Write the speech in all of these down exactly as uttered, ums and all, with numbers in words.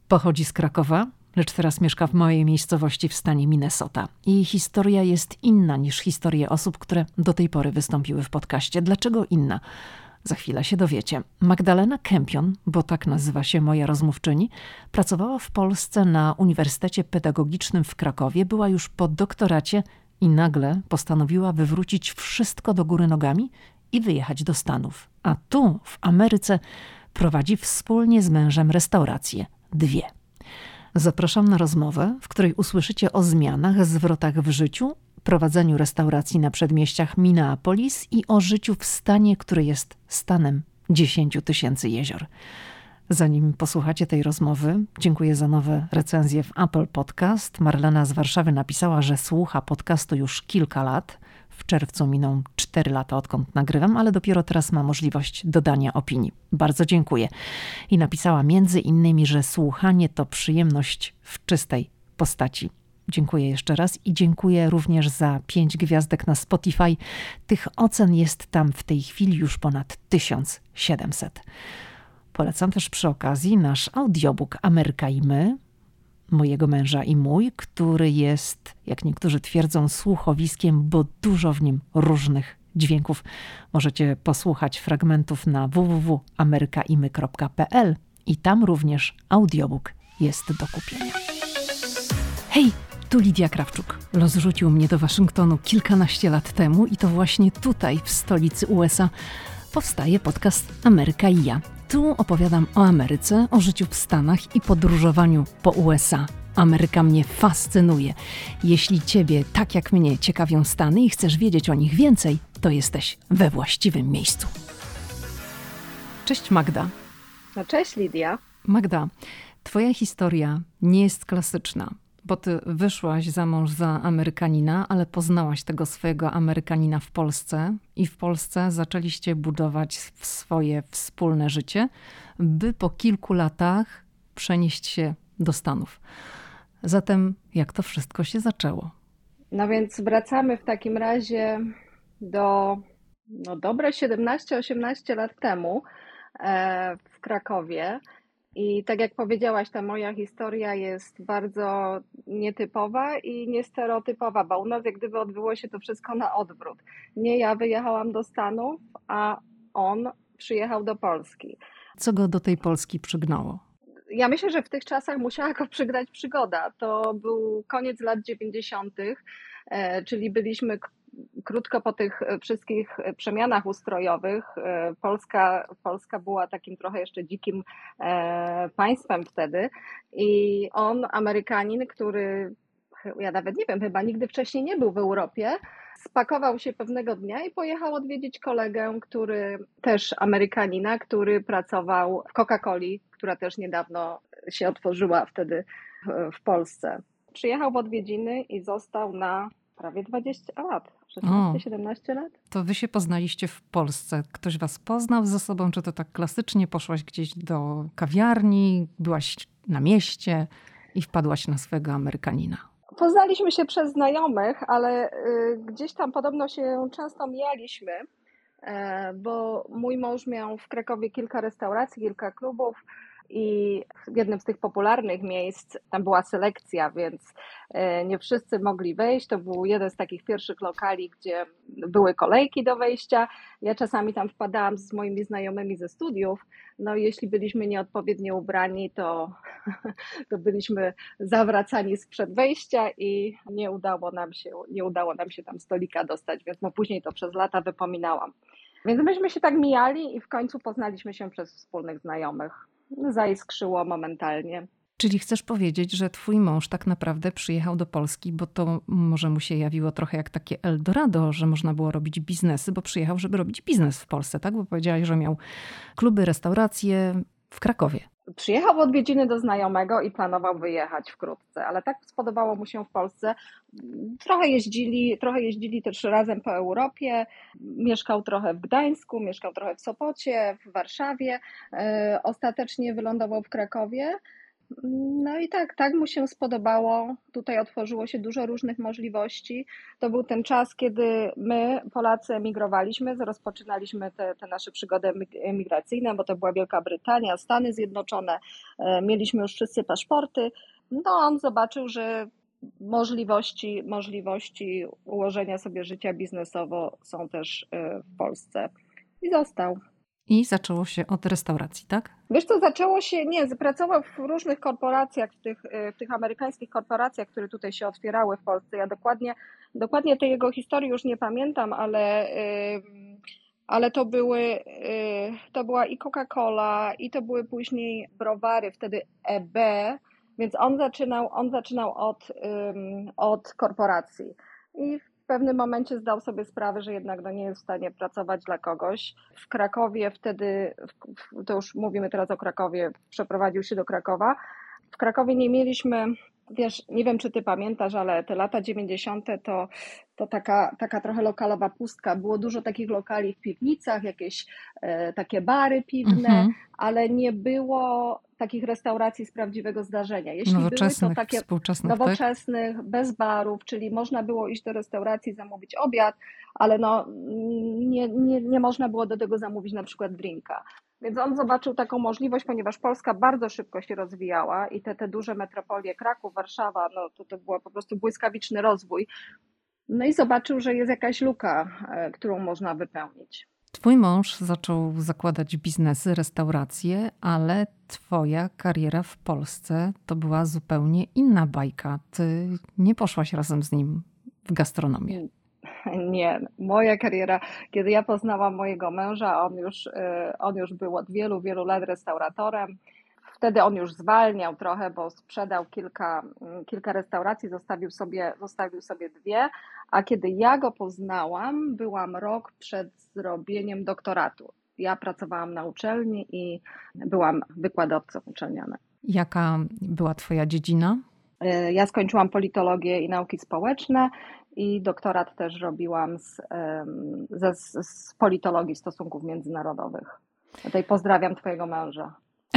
Pochodzi z Krakowa, lecz teraz mieszka w mojej miejscowości w stanie Minnesota. Jej historia jest inna niż historie osób, które do tej pory wystąpiły w podcaście. Dlaczego inna? Za chwilę się dowiecie. Magdalena Kępion, bo tak nazywa się moja rozmówczyni, pracowała w Polsce na Uniwersytecie Pedagogicznym w Krakowie, była już po doktoracie i nagle postanowiła wywrócić wszystko do góry nogami i wyjechać do Stanów. A tu, w Ameryce, prowadzi wspólnie z mężem restaurację. Dwie. Zapraszam na rozmowę, w której usłyszycie o zmianach, zwrotach w życiu, prowadzeniu restauracji na przedmieściach Minneapolis i o życiu w stanie, który jest stanem dziesięciu tysięcy jezior. Zanim posłuchacie tej rozmowy, dziękuję za nowe recenzje w Apple Podcast. Marlena z Warszawy napisała, że słucha podcastu już kilka lat. W czerwcu miną cztery lata, odkąd nagrywam, ale dopiero teraz ma możliwość dodania opinii. Bardzo dziękuję. I napisała między innymi, że słuchanie to przyjemność w czystej postaci. Dziękuję jeszcze raz i dziękuję również za pięć gwiazdek na Spotify. Tych ocen jest tam w tej chwili już ponad tysiąc siedemset. Polecam też przy okazji nasz audiobook Ameryka i my, mojego męża i mój, który jest, jak niektórzy twierdzą, słuchowiskiem, bo dużo w nim różnych dźwięków. Możecie posłuchać fragmentów na w w w kropka amerykaimy kropka p l i tam również audiobook jest do kupienia. Hej, tu Lidia Krawczuk. Los rzucił mnie do Waszyngtonu kilkanaście lat temu i to właśnie tutaj, w stolicy U S A, powstaje podcast Ameryka i ja. Tu opowiadam o Ameryce, o życiu w Stanach i podróżowaniu po U S A. Ameryka mnie fascynuje. Jeśli Ciebie, tak jak mnie, ciekawią Stany i chcesz wiedzieć o nich więcej, to jesteś we właściwym miejscu. Cześć Magda. No cześć Lidia. Magda, Twoja historia nie jest klasyczna, bo Ty wyszłaś za mąż za Amerykanina, ale poznałaś tego swojego Amerykanina w Polsce i w Polsce zaczęliście budować swoje wspólne życie, by po kilku latach przenieść się do Stanów. Zatem jak to wszystko się zaczęło? No więc wracamy w takim razie do no dobre siedemnaście osiemnaście lat temu e, w Krakowie. I tak jak powiedziałaś, ta moja historia jest bardzo nietypowa i niestereotypowa, bo u nas jak gdyby odbyło się to wszystko na odwrót. Nie ja wyjechałam do Stanów, a on przyjechał do Polski. Co go do tej Polski przygnało? Ja myślę, że w tych czasach musiała go przygnać przygoda. To był koniec lat dziewięćdziesiątych, czyli byliśmy krótko po tych wszystkich przemianach ustrojowych. Polska, Polska była takim trochę jeszcze dzikim państwem wtedy i on, Amerykanin, który, ja nawet nie wiem, chyba nigdy wcześniej nie był w Europie, spakował się pewnego dnia i pojechał odwiedzić kolegę, który też Amerykanina, który pracował w Coca-Coli, która też niedawno się otworzyła wtedy w Polsce. Przyjechał w odwiedziny i został na prawie dwadzieścia lat, szesnaście siedemnaście lat. To wy się poznaliście w Polsce. Ktoś was poznał ze sobą, czy to tak klasycznie poszłaś gdzieś do kawiarni, byłaś na mieście i wpadłaś na swego Amerykanina? Poznaliśmy się przez znajomych, ale gdzieś tam podobno się często mijaliśmy, bo mój mąż miał w Krakowie kilka restauracji, kilka klubów i w jednym z tych popularnych miejsc tam była selekcja, więc nie wszyscy mogli wejść. To był jeden z takich pierwszych lokali, gdzie były kolejki do wejścia. Ja czasami tam wpadałam z moimi znajomymi ze studiów. No i jeśli byliśmy nieodpowiednio ubrani, to, to byliśmy zawracani sprzed wejścia i nie udało nam się, nie udało nam się tam stolika dostać, więc no później to przez lata wypominałam. Więc myśmy się tak mijali i w końcu poznaliśmy się przez wspólnych znajomych. Zaiskrzyło momentalnie. Czyli chcesz powiedzieć, że twój mąż tak naprawdę przyjechał do Polski, bo to może mu się jawiło trochę jak takie Eldorado, że można było robić biznesy, bo przyjechał, żeby robić biznes w Polsce, tak? Bo powiedziałaś, że miał kluby, restauracje w Krakowie. Przyjechał w odwiedziny do znajomego i planował wyjechać wkrótce, ale tak spodobało mu się w Polsce. Trochę jeździli, trochę jeździli też razem po Europie. Mieszkał trochę w Gdańsku, mieszkał trochę w Sopocie, w Warszawie. Ostatecznie wylądował w Krakowie. No i tak, tak mu się spodobało. Tutaj otworzyło się dużo różnych możliwości. To był ten czas, kiedy my, Polacy, emigrowaliśmy, rozpoczynaliśmy te, te nasze przygody emi- emigracyjne, bo to była Wielka Brytania, Stany Zjednoczone, e, mieliśmy już wszyscy paszporty. No on zobaczył, że możliwości, możliwości ułożenia sobie życia biznesowo są też e, w Polsce i został. I zaczęło się od restauracji, tak? Wiesz co, zaczęło się, nie, pracował w różnych korporacjach, w tych, w tych amerykańskich korporacjach, które tutaj się otwierały w Polsce. Ja dokładnie, dokładnie tej jego historii już nie pamiętam, ale, ale to były, to była i Coca-Cola, i to były później browary, wtedy E B, więc on zaczynał, on zaczynał od, od korporacji. I w pewnym momencie zdał sobie sprawę, że jednak no, nie jest w stanie pracować dla kogoś. W Krakowie wtedy, to już mówimy teraz o Krakowie, przeprowadził się do Krakowa. W Krakowie nie mieliśmy, wiesz, nie wiem czy ty pamiętasz, ale te lata dziewięćdziesiąte to, to taka, taka trochę lokalowa pustka. Było dużo takich lokali w piwnicach, jakieś e, takie bary piwne, Mhm. ale nie było takich restauracji z prawdziwego zdarzenia. Jeśli były, to Nowoczesnych, takie współczesnych, tak? nowoczesnych, bez barów, czyli można było iść do restauracji, zamówić obiad, ale no, nie, nie, nie można było do tego zamówić na przykład drinka. Więc on zobaczył taką możliwość, ponieważ Polska bardzo szybko się rozwijała i te, te duże metropolie, Kraków, Warszawa, no to, to był po prostu błyskawiczny rozwój. No i zobaczył, że jest jakaś luka, e, którą można wypełnić. Twój mąż zaczął zakładać biznesy, restauracje, ale twoja kariera w Polsce to była zupełnie inna bajka. Ty nie poszłaś razem z nim w gastronomię. Nie, moja kariera, kiedy ja poznałam mojego męża, on już, y, on już był od wielu, wielu lat restauratorem. Wtedy on już zwalniał trochę, bo sprzedał kilka, mm, kilka restauracji, zostawił sobie, zostawił sobie dwie, a kiedy ja go poznałam, byłam rok przed zrobieniem doktoratu. Ja pracowałam na uczelni i byłam wykładowcą uczelnianą. Jaka była twoja dziedzina? Y, Ja skończyłam politologię i nauki społeczne i doktorat też robiłam z, em, ze, z, z politologii stosunków międzynarodowych. Tutaj pozdrawiam twojego męża.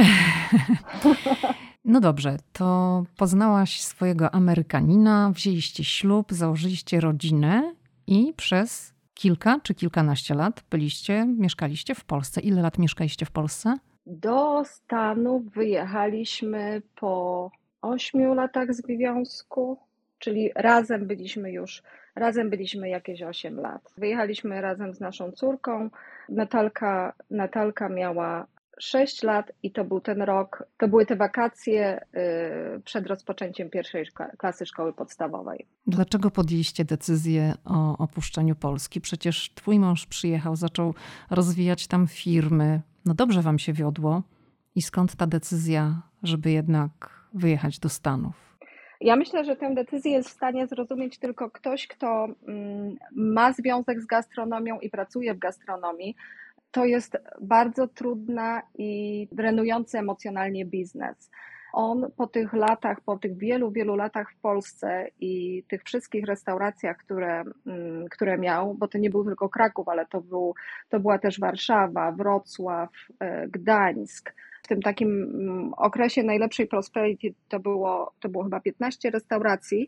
No dobrze, to poznałaś swojego Amerykanina, wzięliście ślub, założyliście rodzinę i przez kilka czy kilkanaście lat byliście, mieszkaliście w Polsce. Ile lat mieszkaliście w Polsce? Do Stanów wyjechaliśmy po ośmiu latach związku, czyli razem byliśmy już, razem byliśmy jakieś osiem lat. Wyjechaliśmy razem z naszą córką. Natalka, Natalka miała sześć lat i to był ten rok, to były te wakacje y, przed rozpoczęciem pierwszej szko- klasy szkoły podstawowej. Dlaczego podjęliście decyzję o opuszczeniu Polski? Przecież twój mąż przyjechał, zaczął rozwijać tam firmy. No dobrze wam się wiodło. I skąd ta decyzja, żeby jednak wyjechać do Stanów? Ja myślę, że tę decyzję jest w stanie zrozumieć tylko ktoś, kto mm, ma związek z gastronomią i pracuje w gastronomii. To jest bardzo trudna i drenujący emocjonalnie biznes. On po tych latach, po tych wielu, wielu latach w Polsce i tych wszystkich restauracjach, które, mm, które miał, bo to nie był tylko Kraków, ale to, był, to była też Warszawa, Wrocław, e, Gdańsk. W tym takim mm, okresie najlepszej prosperity to było, to było chyba piętnaście restauracji.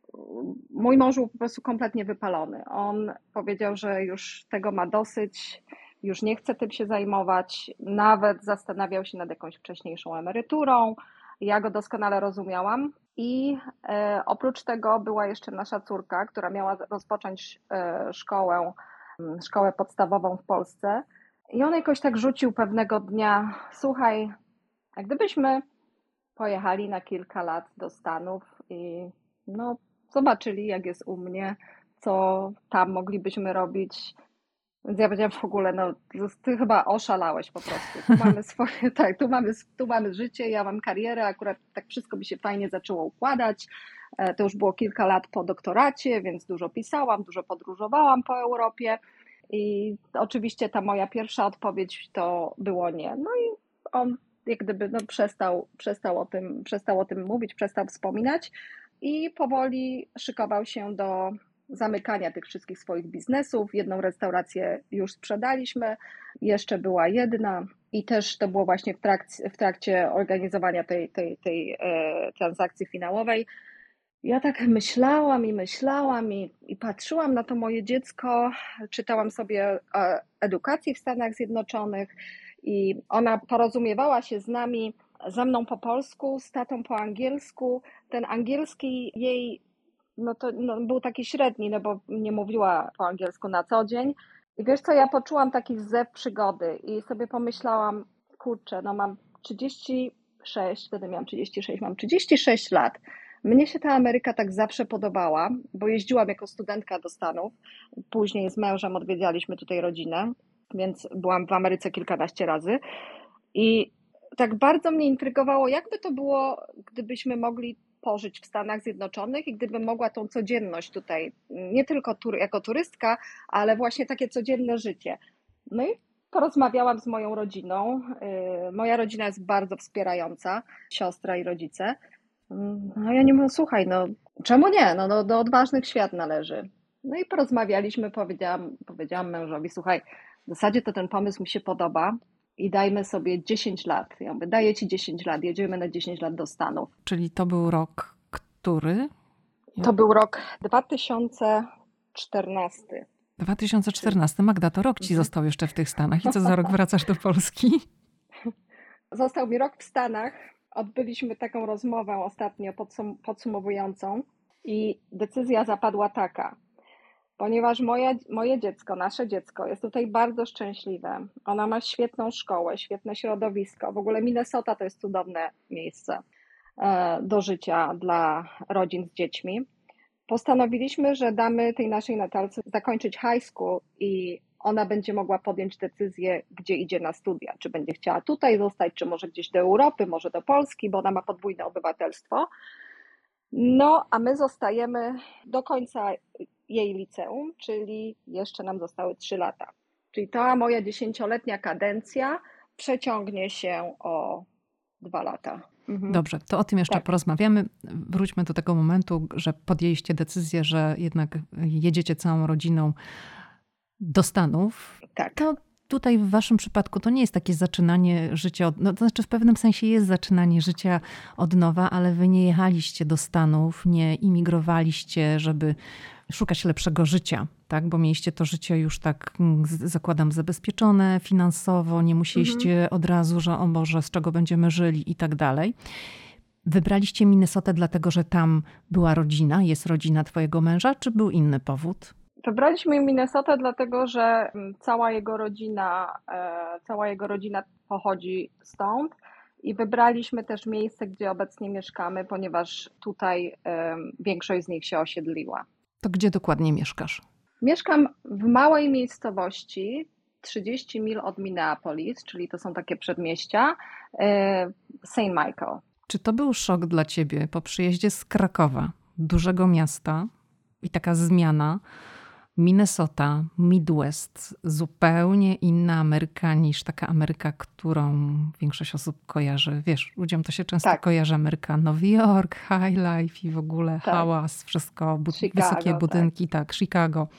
Mój mąż był po prostu kompletnie wypalony. On powiedział, że już tego ma dosyć, już nie chce tym się zajmować, nawet zastanawiał się nad jakąś wcześniejszą emeryturą. Ja go doskonale rozumiałam i e, oprócz tego była jeszcze nasza córka, która miała rozpocząć e, szkołę, szkołę podstawową w Polsce i on jakoś tak rzucił pewnego dnia, słuchaj, a gdybyśmy pojechali na kilka lat do Stanów i no, zobaczyli jak jest u mnie, co tam moglibyśmy robić. Więc ja powiedziałam w ogóle, no ty chyba oszalałeś po prostu. Tu mamy swoje, tak, tu mamy, tu mamy życie, ja mam karierę, akurat tak wszystko mi się fajnie zaczęło układać. To już było kilka lat po doktoracie, więc dużo pisałam, dużo podróżowałam po Europie i oczywiście ta moja pierwsza odpowiedź to było nie. No i on jak gdyby no, przestał, przestał, o tym, przestał o tym mówić, przestał wspominać i powoli szykował się do zamykania tych wszystkich swoich biznesów. Jedną restaurację już sprzedaliśmy, jeszcze była jedna. I też to było właśnie w trakcie, w trakcie organizowania tej, tej, tej e, transakcji finałowej. Ja tak myślałam i myślałam i, i patrzyłam na to moje dziecko, czytałam sobie o edukacji w Stanach Zjednoczonych i ona porozumiewała się z nami, ze mną po polsku, z tatą po angielsku. Ten angielski jej no to no, był taki średni, no bo nie mówiła po angielsku na co dzień. I wiesz co, ja poczułam taki zew przygody i sobie pomyślałam, kurczę, no mam trzydzieści sześć, wtedy miałam trzydzieści sześć, mam trzydzieści sześć lat. Mnie się ta Ameryka tak zawsze podobała, bo jeździłam jako studentka do Stanów. Później z mężem odwiedzaliśmy tutaj rodzinę, więc byłam w Ameryce kilkanaście razy. I tak bardzo mnie intrygowało, jakby to było, gdybyśmy mogli pożyć w Stanach Zjednoczonych i gdybym mogła tą codzienność tutaj, nie tylko tur- jako turystka, ale właśnie takie codzienne życie. No i porozmawiałam z moją rodziną. Yy, Moja rodzina jest bardzo wspierająca, siostra i rodzice. No ja nie mówię, słuchaj, no czemu nie? No, no do odważnych świat należy. No i porozmawialiśmy, powiedziałam, powiedziałam mężowi, słuchaj, w zasadzie to ten pomysł mi się podoba i dajmy sobie dziesięć lat. Ja mówię, daję ci dziesięć lat, jedziemy na dziesięć lat do Stanów. Czyli to był rok który? To był rok dwa tysiące czternasty. dwa tysiące czternasty. Magda, to rok ci został jeszcze w tych Stanach i co za rok wracasz do Polski? Został mi rok w Stanach. Odbyliśmy taką rozmowę ostatnio podsum- podsumowującą i decyzja zapadła taka, ponieważ moje, moje dziecko, nasze dziecko jest tutaj bardzo szczęśliwe. Ona ma świetną szkołę, świetne środowisko. W ogóle Minnesota to jest cudowne miejsce e, do życia dla rodzin z dziećmi. Postanowiliśmy, że damy tej naszej Natalce zakończyć high school i ona będzie mogła podjąć decyzję, gdzie idzie na studia. Czy będzie chciała tutaj zostać, czy może gdzieś do Europy, może do Polski, bo ona ma podwójne obywatelstwo. No, a my zostajemy do końca jej liceum, czyli jeszcze nam zostały trzy lata. Czyli ta moja dziesięcioletnia kadencja przeciągnie się o dwa lata. Mhm. Dobrze, to o tym jeszcze Tak. porozmawiamy. Wróćmy do tego momentu, że podjęliście decyzję, że jednak jedziecie całą rodziną do Stanów. Tak. To tutaj w waszym przypadku to nie jest takie zaczynanie życia, od, no to znaczy w pewnym sensie jest zaczynanie życia od nowa, ale wy nie jechaliście do Stanów, nie imigrowaliście, żeby szukać lepszego życia, tak? Bo mieliście to życie już tak, zakładam, zabezpieczone finansowo, nie musieliście mhm. od razu, że o Boże, z czego będziemy żyli i tak dalej. Wybraliście Minnesotę dlatego, że tam była rodzina, jest rodzina twojego męża, czy był inny powód? Wybraliśmy Minnesotę dlatego, że cała jego rodzina, cała jego rodzina pochodzi stąd i wybraliśmy też miejsce, gdzie obecnie mieszkamy, ponieważ tutaj większość z nich się osiedliła. To gdzie dokładnie mieszkasz? Mieszkam w małej miejscowości, trzydzieści mil od Minneapolis, czyli to są takie przedmieścia, Saint Michael. Czy to był szok dla ciebie po przyjeździe z Krakowa, dużego miasta i taka zmiana? Minnesota, Midwest, zupełnie inna Ameryka niż taka Ameryka, którą większość osób kojarzy. Wiesz, ludziom to się często tak. kojarzy Ameryka, Nowy Jork, high life i w ogóle tak. hałas, wszystko, bu- Chicago, wysokie budynki, tak. tak, Chicago.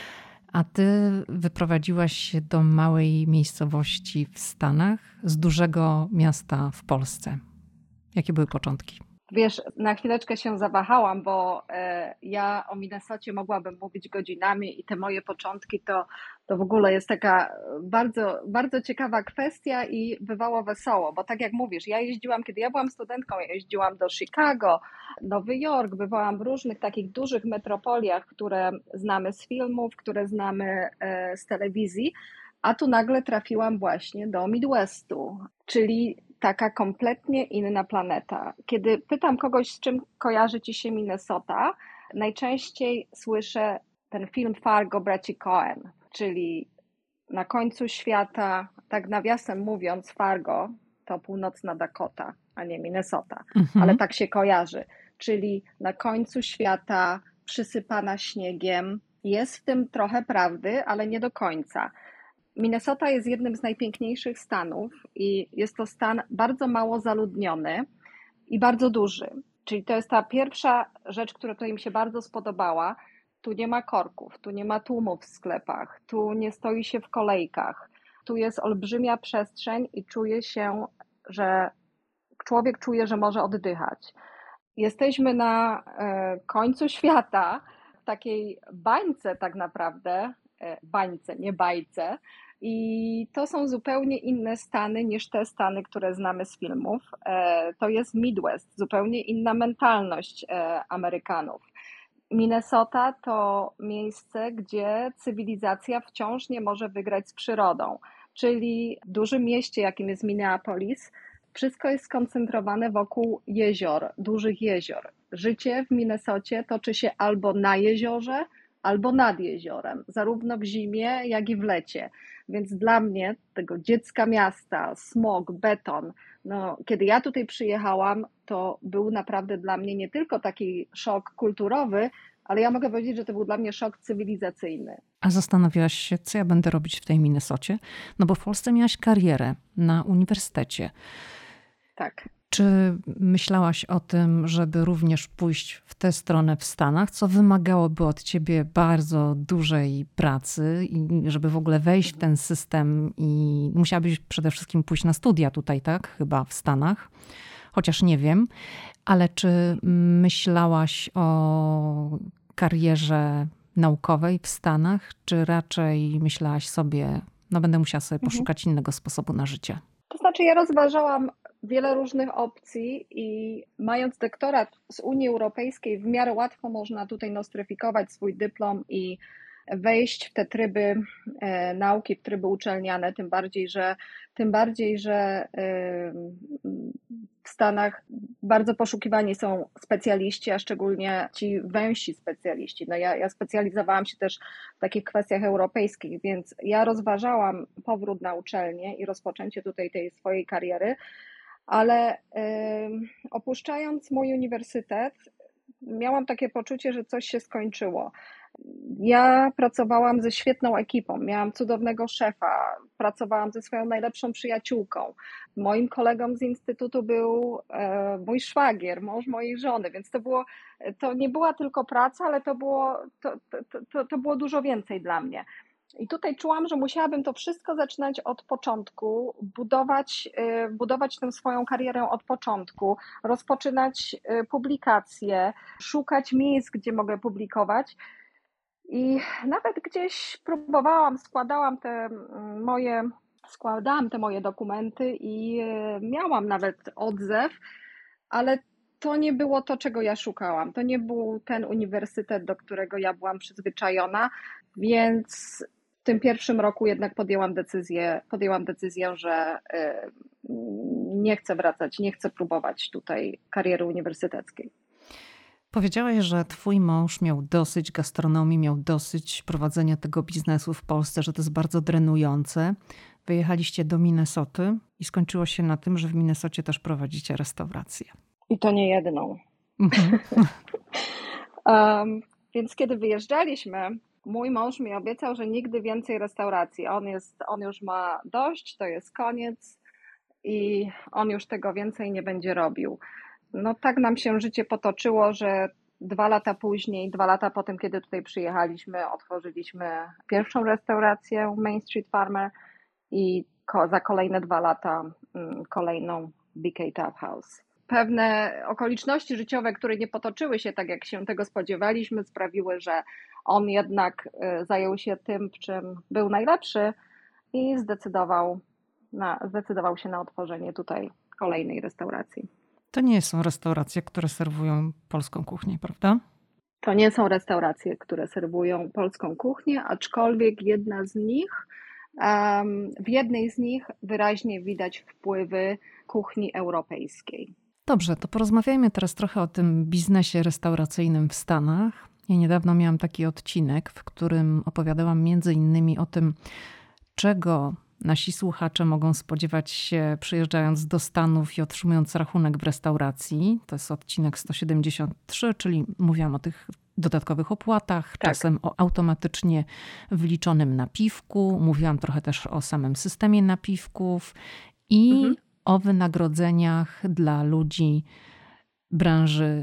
A ty wyprowadziłaś się do małej miejscowości w Stanach z dużego miasta w Polsce. Jakie były początki? Wiesz, na chwileczkę się zawahałam, bo e, ja o Minnesocie mogłabym mówić godzinami i te moje początki to, to w ogóle jest taka bardzo, bardzo ciekawa kwestia i bywało wesoło, bo tak jak mówisz, ja jeździłam, kiedy ja byłam studentką, ja jeździłam do Chicago, Nowy Jork, bywałam w różnych takich dużych metropoliach, które znamy z filmów, które znamy e, z telewizji, a tu nagle trafiłam właśnie do Midwestu, czyli taka kompletnie inna planeta. Kiedy pytam kogoś, z czym kojarzy ci się Minnesota, najczęściej słyszę ten film Fargo braci Coen, czyli na końcu świata, tak nawiasem mówiąc, Fargo to północna Dakota, a nie Minnesota, mhm. ale tak się kojarzy, czyli na końcu świata, przysypana śniegiem. Jest w tym trochę prawdy, ale nie do końca. Minnesota jest jednym z najpiękniejszych stanów i jest to stan bardzo mało zaludniony i bardzo duży. Czyli to jest ta pierwsza rzecz, która tutaj mi się bardzo spodobała. Tu nie ma korków, tu nie ma tłumów w sklepach, tu nie stoi się w kolejkach. tu jest olbrzymia przestrzeń i czuje się, że człowiek czuje, że może oddychać. Jesteśmy na końcu świata, w takiej bańce tak naprawdę, bańce, nie bajce. I to są zupełnie inne Stany niż te Stany, które znamy z filmów. To jest Midwest, zupełnie inna mentalność Amerykanów. Minnesota to miejsce, gdzie cywilizacja wciąż nie może wygrać z przyrodą, czyli w dużym mieście, jakim jest Minneapolis, wszystko jest skoncentrowane wokół jezior, dużych jezior. Życie w Minnesocie toczy się albo na jeziorze, albo nad jeziorem, zarówno w zimie, jak i w lecie. Więc dla mnie, tego dziecka miasta, smog, beton, no, kiedy ja tutaj przyjechałam, to był naprawdę dla mnie nie tylko taki szok kulturowy, ale ja mogę powiedzieć, że to był dla mnie szok cywilizacyjny. A zastanawiałaś się, co ja będę robić w tej Minnesocie? No bo w Polsce miałaś karierę na uniwersytecie. Tak. Czy myślałaś o tym, żeby również pójść w tę stronę w Stanach, co wymagałoby od ciebie bardzo dużej pracy i żeby w ogóle wejść w ten system i musiałabyś przede wszystkim pójść na studia tutaj, tak? Chyba w Stanach, chociaż nie wiem. Ale czy myślałaś o karierze naukowej w Stanach, czy raczej myślałaś sobie, no będę musiała sobie poszukać mhm. innego sposobu na życie? To znaczy ja rozważałam wiele różnych opcji i mając doktorat z Unii Europejskiej w miarę łatwo można tutaj nostryfikować swój dyplom i wejść w te tryby e, nauki, w tryby uczelniane, tym bardziej, że tym bardziej, że e, w Stanach bardzo poszukiwani są specjaliści, a szczególnie ci wężsi specjaliści. No ja, ja specjalizowałam się też w takich kwestiach europejskich, więc ja rozważałam powrót na uczelnię i rozpoczęcie tutaj tej swojej kariery, ale y, opuszczając mój uniwersytet, miałam takie poczucie, że coś się skończyło. Ja pracowałam ze świetną ekipą, miałam cudownego szefa, pracowałam ze swoją najlepszą przyjaciółką. Moim kolegą z instytutu był e, mój szwagier, mąż mojej żony, więc to było, to nie była tylko praca, ale to było, to, to, to, to było dużo więcej dla mnie. I tutaj czułam, że musiałabym to wszystko zaczynać od początku, budować, budować tę swoją karierę od początku, rozpoczynać publikacje, szukać miejsc, gdzie mogę publikować. I nawet gdzieś próbowałam, składałam te moje, składałam te moje dokumenty i miałam nawet odzew, ale to nie było to, czego ja szukałam. To nie był ten uniwersytet, do którego ja byłam przyzwyczajona, więc w tym pierwszym roku jednak podjęłam decyzję, podjęłam decyzję, że nie chcę wracać, nie chcę próbować tutaj kariery uniwersyteckiej. Powiedziałaś, że twój mąż miał dosyć gastronomii, miał dosyć prowadzenia tego biznesu w Polsce, że to jest bardzo drenujące. Wyjechaliście do Minnesoty i skończyło się na tym, że w Minnesocie też prowadzicie restaurację. I to nie jedną. Mhm. um, więc kiedy wyjeżdżaliśmy, mój mąż mi obiecał, że nigdy więcej restauracji. On, jest, on już ma dość, to jest koniec i on już tego więcej nie będzie robił. No tak nam się życie potoczyło, że dwa lata później, dwa lata po tym, kiedy tutaj przyjechaliśmy, otworzyliśmy pierwszą restaurację Main Street Farmer i ko- za kolejne dwa lata mm, kolejną B K Tap House. Pewne okoliczności życiowe, które nie potoczyły się tak, jak się tego spodziewaliśmy, sprawiły, że on jednak zajął się tym, w czym był najlepszy i zdecydował, na, zdecydował się na otworzenie tutaj kolejnej restauracji. To nie są restauracje, które serwują polską kuchnię, prawda? To nie są restauracje, które serwują polską kuchnię, aczkolwiek jedna z nich, um, w jednej z nich wyraźnie widać wpływy kuchni europejskiej. Dobrze, to porozmawiajmy teraz trochę o tym biznesie restauracyjnym w Stanach. Ja niedawno miałam taki odcinek, w którym opowiadałam między innymi o tym, czego nasi słuchacze mogą spodziewać się przyjeżdżając do Stanów i otrzymując rachunek w restauracji. To jest odcinek sto siedemdziesiąt trzy, czyli mówiłam o tych dodatkowych opłatach, tak. Czasem o automatycznie wliczonym napiwku. Mówiłam trochę też o samym systemie napiwków i mhm. o wynagrodzeniach dla ludzi branży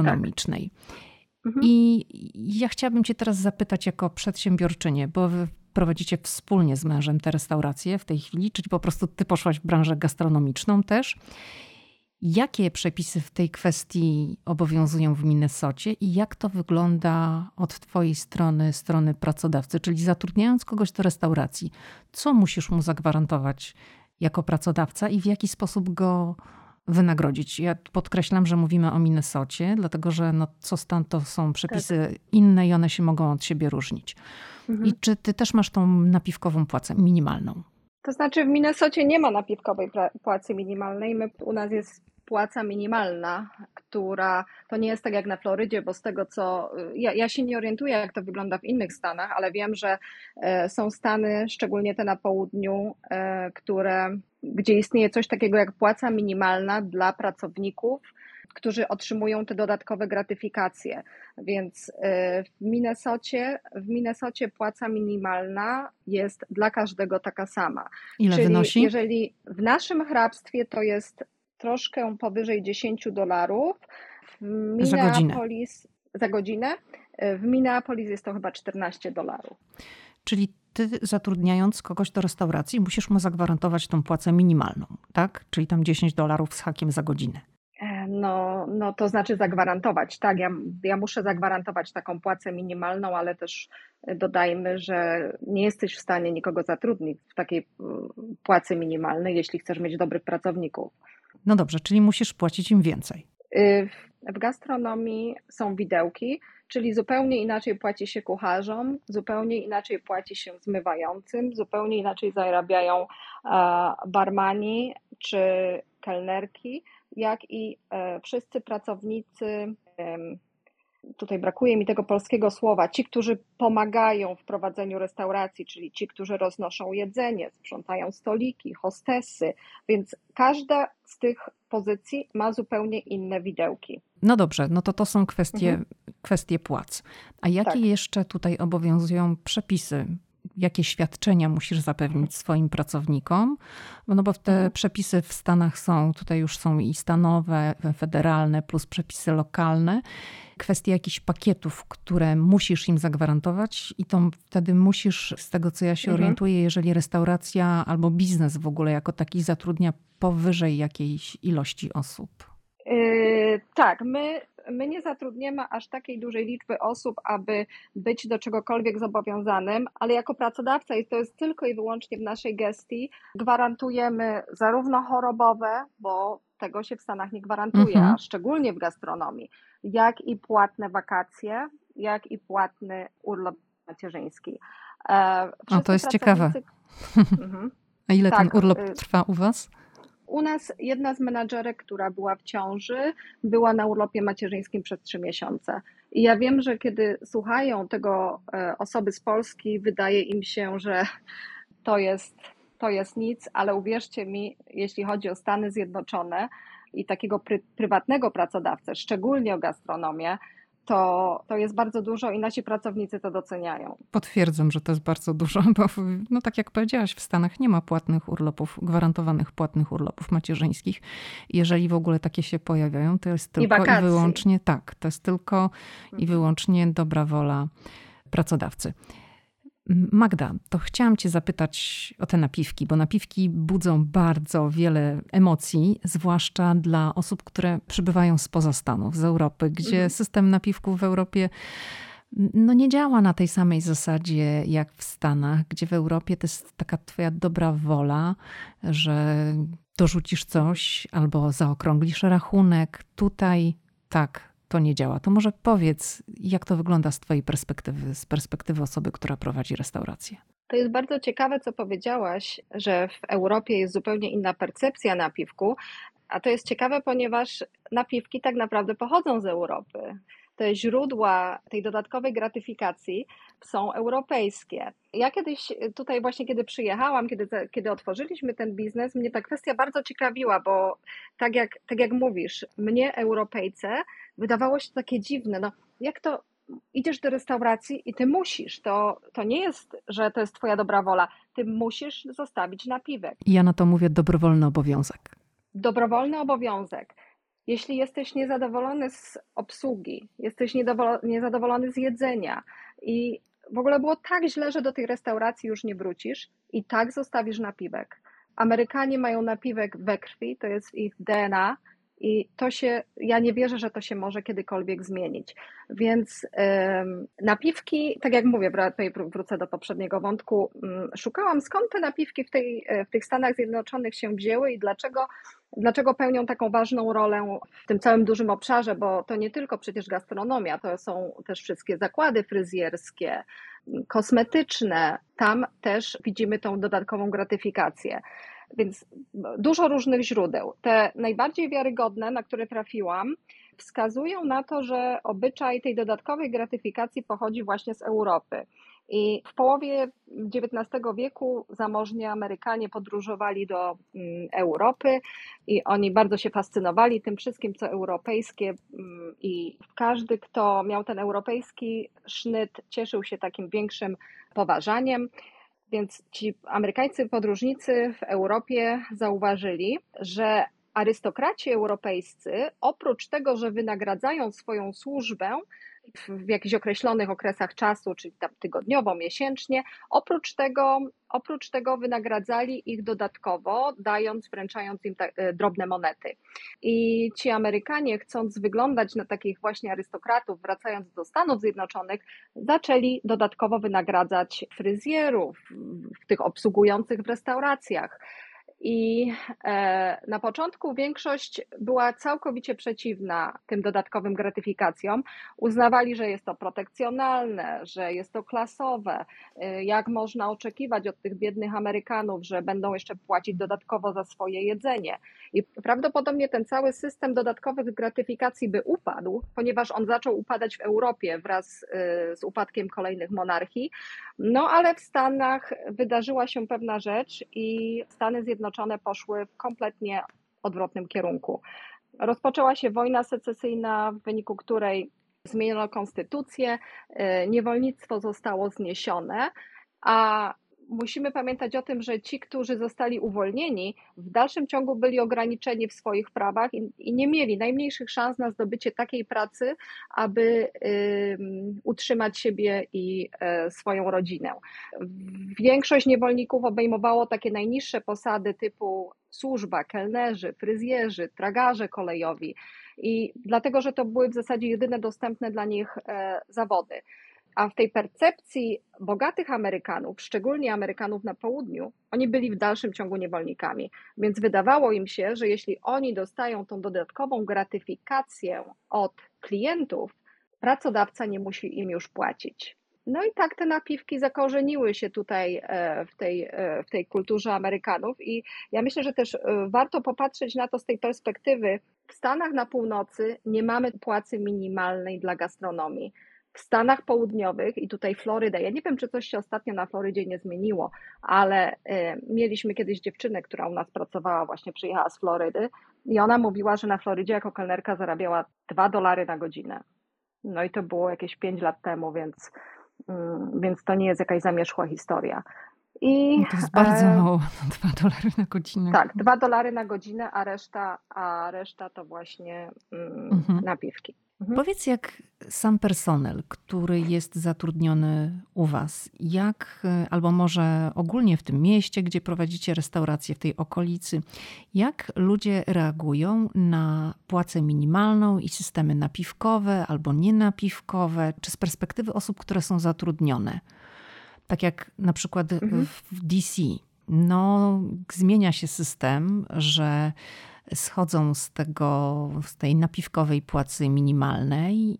gastronomicznej. Tak. Mhm. I ja chciałabym cię teraz zapytać jako przedsiębiorczynię, bo prowadzicie wspólnie z mężem tę restaurację w tej chwili, czyli po prostu ty poszłaś w branżę gastronomiczną też. Jakie przepisy w tej kwestii obowiązują w Minnesocie i jak to wygląda od twojej strony, strony pracodawcy? Czyli zatrudniając kogoś do restauracji, co musisz mu zagwarantować jako pracodawca i w jaki sposób go wynagrodzić? Ja podkreślam, że mówimy o Minnesocie, dlatego że no, co stan to są przepisy tak. inne i one się mogą od siebie różnić. Mhm. I czy ty też masz tą napiwkową płacę minimalną? To znaczy w Minnesocie nie ma napiwkowej płacy minimalnej. My, u nas jest płaca minimalna, która to nie jest tak jak na Florydzie, bo z tego co, ja, ja się nie orientuję jak to wygląda w innych stanach, ale wiem, że e, są stany, szczególnie te na południu, e, które, gdzie istnieje coś takiego jak płaca minimalna dla pracowników, którzy otrzymują te dodatkowe gratyfikacje. Więc w Minnesocie, w Minnesocie płaca minimalna jest dla każdego taka sama. Ile Czyli wynosi? Jeżeli w naszym hrabstwie to jest troszkę powyżej dziesięć dolarów, w Minneapolis za godzinę, w Minneapolis jest to chyba czternaście dolarów. Czyli ty zatrudniając kogoś do restauracji musisz mu zagwarantować tą płacę minimalną, tak? Czyli tam dziesięć dolarów z hakiem za godzinę. No, no to znaczy zagwarantować, tak, ja, ja muszę zagwarantować taką płacę minimalną, ale też dodajmy, że nie jesteś w stanie nikogo zatrudnić w takiej płacy minimalnej, jeśli chcesz mieć dobrych pracowników. No dobrze, czyli musisz płacić im więcej. W gastronomii są widełki, czyli zupełnie inaczej płaci się kucharzom, zupełnie inaczej płaci się zmywającym, zupełnie inaczej zarabiają barmani czy kelnerki, jak i wszyscy pracownicy, tutaj brakuje mi tego polskiego słowa, ci, którzy pomagają w prowadzeniu restauracji, czyli ci, którzy roznoszą jedzenie, sprzątają stoliki, hostesy, więc każda z tych pozycji ma zupełnie inne widełki. No dobrze, no to to są kwestie, mhm. kwestie płac. A jakie tak. jeszcze tutaj obowiązują przepisy? Jakie świadczenia musisz zapewnić swoim pracownikom? No bo te mhm. przepisy w Stanach są, tutaj już są i stanowe, federalne, plus przepisy lokalne. Kwestie jakichś pakietów, które musisz im zagwarantować i to wtedy musisz, z tego co ja się mhm. orientuję, jeżeli restauracja albo biznes w ogóle jako taki zatrudnia powyżej jakiejś ilości osób. Yy, tak, my, my nie zatrudniamy aż takiej dużej liczby osób, aby być do czegokolwiek zobowiązanym, ale jako pracodawca, i to jest tylko i wyłącznie w naszej gestii, gwarantujemy zarówno chorobowe, bo tego się w Stanach nie gwarantuje, mhm. a szczególnie w gastronomii, jak i płatne wakacje, jak i płatny urlop macierzyński. E, o, to jest ciekawe. Mhm. A ile tak, ten urlop trwa u was? U nas jedna z menadżerek, która była w ciąży, była na urlopie macierzyńskim przez trzy miesiące. I ja wiem, że kiedy słuchają tego osoby z Polski, wydaje im się, że to jest, to jest nic, ale uwierzcie mi, jeśli chodzi o Stany Zjednoczone i takiego pry, prywatnego pracodawcę, szczególnie o gastronomię, to, to jest bardzo dużo i nasi pracownicy to doceniają. Potwierdzam, że to jest bardzo dużo, bo no tak jak powiedziałaś, w Stanach nie ma płatnych urlopów, gwarantowanych płatnych urlopów macierzyńskich. Jeżeli w ogóle takie się pojawiają, to jest tylko i, i wyłącznie tak, to jest tylko mhm. i wyłącznie dobra wola pracodawcy. Magda, to chciałam cię zapytać o te napiwki, bo napiwki budzą bardzo wiele emocji, zwłaszcza dla osób, które przybywają spoza Stanów, z Europy, gdzie mhm. system napiwków w Europie no nie działa na tej samej zasadzie jak w Stanach, gdzie w Europie to jest taka twoja dobra wola, że dorzucisz coś albo zaokrąglisz rachunek. Tutaj tak to nie działa. To może powiedz, jak to wygląda z twojej perspektywy, z perspektywy osoby, która prowadzi restaurację. To jest bardzo ciekawe, co powiedziałaś, że w Europie jest zupełnie inna percepcja napiwku, a to jest ciekawe, ponieważ napiwki tak naprawdę pochodzą z Europy. Te źródła tej dodatkowej gratyfikacji są europejskie. Ja kiedyś tutaj właśnie, kiedy przyjechałam, kiedy, kiedy otworzyliśmy ten biznes, mnie ta kwestia bardzo ciekawiła, bo tak jak, tak jak mówisz, mnie Europejce wydawało się takie dziwne, no jak to idziesz do restauracji i ty musisz, to, to nie jest, że to jest twoja dobra wola, ty musisz zostawić napiwek. Ja na to mówię dobrowolny obowiązek. Dobrowolny obowiązek. Jeśli jesteś niezadowolony z obsługi, jesteś niezadowolony z jedzenia i w ogóle było tak źle, że do tej restauracji już nie wrócisz i tak zostawisz napiwek. Amerykanie mają napiwek we krwi, to jest ich D N A i to się, ja nie wierzę, że to się może kiedykolwiek zmienić. Więc ym, napiwki, tak jak mówię, tutaj wrócę do poprzedniego wątku, ym, szukałam skąd te napiwki w, tej, w tych Stanach Zjednoczonych się wzięły i dlaczego, dlaczego pełnią taką ważną rolę w tym całym dużym obszarze, bo to nie tylko przecież gastronomia, to są też wszystkie zakłady fryzjerskie, kosmetyczne, tam też widzimy tą dodatkową gratyfikację. Więc dużo różnych źródeł. Te najbardziej wiarygodne, na które trafiłam, wskazują na to, że obyczaj tej dodatkowej gratyfikacji pochodzi właśnie z Europy. I w połowie dziewiętnastego wieku zamożni Amerykanie podróżowali do Europy i oni bardzo się fascynowali tym wszystkim, co europejskie, i każdy, kto miał ten europejski sznyt, cieszył się takim większym poważaniem. Więc ci amerykańscy podróżnicy w Europie zauważyli, że arystokraci europejscy, oprócz tego, że wynagradzają swoją służbę w jakichś określonych okresach czasu, czyli tam tygodniowo, miesięcznie, oprócz tego, oprócz tego wynagradzali ich dodatkowo, dając, wręczając im te, drobne monety. I ci Amerykanie, chcąc wyglądać na takich właśnie arystokratów, wracając do Stanów Zjednoczonych, zaczęli dodatkowo wynagradzać fryzjerów, tych obsługujących w restauracjach. I na początku większość była całkowicie przeciwna tym dodatkowym gratyfikacjom. Uznawali, że jest to protekcjonalne, że jest to klasowe. Jak można oczekiwać od tych biednych Amerykanów, że będą jeszcze płacić dodatkowo za swoje jedzenie. I prawdopodobnie ten cały system dodatkowych gratyfikacji by upadł, ponieważ on zaczął upadać w Europie wraz z upadkiem kolejnych monarchii. No ale w Stanach wydarzyła się pewna rzecz i Stany Zjednoczone poszły w kompletnie odwrotnym kierunku. Rozpoczęła się wojna secesyjna, w wyniku której zmieniono konstytucję, niewolnictwo zostało zniesione, a musimy pamiętać o tym, że ci, którzy zostali uwolnieni, w dalszym ciągu byli ograniczeni w swoich prawach i, i nie mieli najmniejszych szans na zdobycie takiej pracy, aby y, utrzymać siebie i y, swoją rodzinę. Większość niewolników obejmowało takie najniższe posady typu służba, kelnerzy, fryzjerzy, tragarze kolejowi i dlatego, że to były w zasadzie jedyne dostępne dla nich y, zawody. A w tej percepcji bogatych Amerykanów, szczególnie Amerykanów na południu, oni byli w dalszym ciągu niewolnikami. Więc wydawało im się, że jeśli oni dostają tą dodatkową gratyfikację od klientów, pracodawca nie musi im już płacić. No i tak te napiwki zakorzeniły się tutaj w tej, w tej kulturze Amerykanów i ja myślę, że też warto popatrzeć na to z tej perspektywy. W Stanach na północy nie mamy płacy minimalnej dla gastronomii. W Stanach Południowych i tutaj Floryda, ja nie wiem, czy coś się ostatnio na Florydzie nie zmieniło, ale y, mieliśmy kiedyś dziewczynę, która u nas pracowała, właśnie przyjechała z Florydy i ona mówiła, że na Florydzie jako kelnerka zarabiała dwa dolary na godzinę. No i to było jakieś pięć lat temu, więc, y, więc to nie jest jakaś zamierzchła historia. I, no to jest bardzo e, mało, dwa dolary na godzinę. Tak, dwa dolary na godzinę, a reszta, a reszta to właśnie mm, mhm. napiwki. Mhm. Powiedz, jak sam personel, który jest zatrudniony u was, jak, albo może ogólnie w tym mieście, gdzie prowadzicie restaurację, w tej okolicy, jak ludzie reagują na płacę minimalną i systemy napiwkowe albo nienapiwkowe, czy z perspektywy osób, które są zatrudnione? Tak jak na przykład mhm. w D C. No, zmienia się system, że schodzą z tego, z tej napiwkowej płacy minimalnej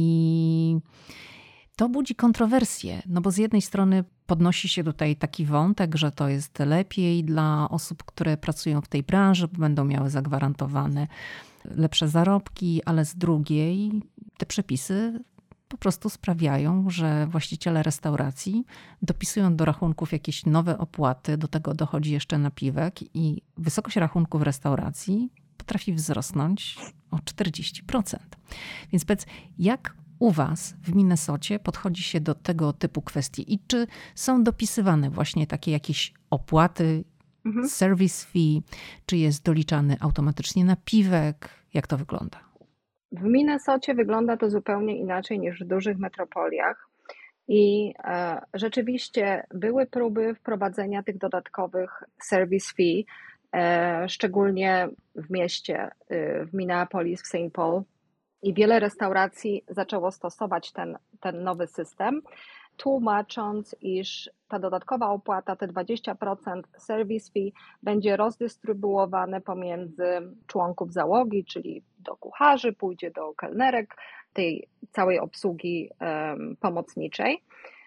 i to budzi kontrowersje, no bo z jednej strony podnosi się tutaj taki wątek, że to jest lepiej dla osób, które pracują w tej branży, bo będą miały zagwarantowane lepsze zarobki, ale z drugiej te przepisy po prostu sprawiają, że właściciele restauracji dopisują do rachunków jakieś nowe opłaty, do tego dochodzi jeszcze napiwek i wysokość rachunku w restauracji potrafi wzrosnąć o czterdzieści procent. Więc powiedz, jak u was w Minnesocie podchodzi się do tego typu kwestii i czy są dopisywane właśnie takie jakieś opłaty, mhm. service fee, czy jest doliczany automatycznie napiwek? Jak to wygląda? W Minnesocie wygląda to zupełnie inaczej niż w dużych metropoliach I e, rzeczywiście były próby wprowadzenia tych dodatkowych service fee, e, szczególnie w mieście, y, w Minneapolis, w Saint Paul. I wiele restauracji zaczęło stosować ten, ten nowy system, tłumacząc, iż ta dodatkowa opłata, te dwadzieścia procent service fee, będzie rozdystrybuowane pomiędzy członków załogi, czyli do kucharzy, pójdzie do kelnerek, tej całej obsługi um, pomocniczej.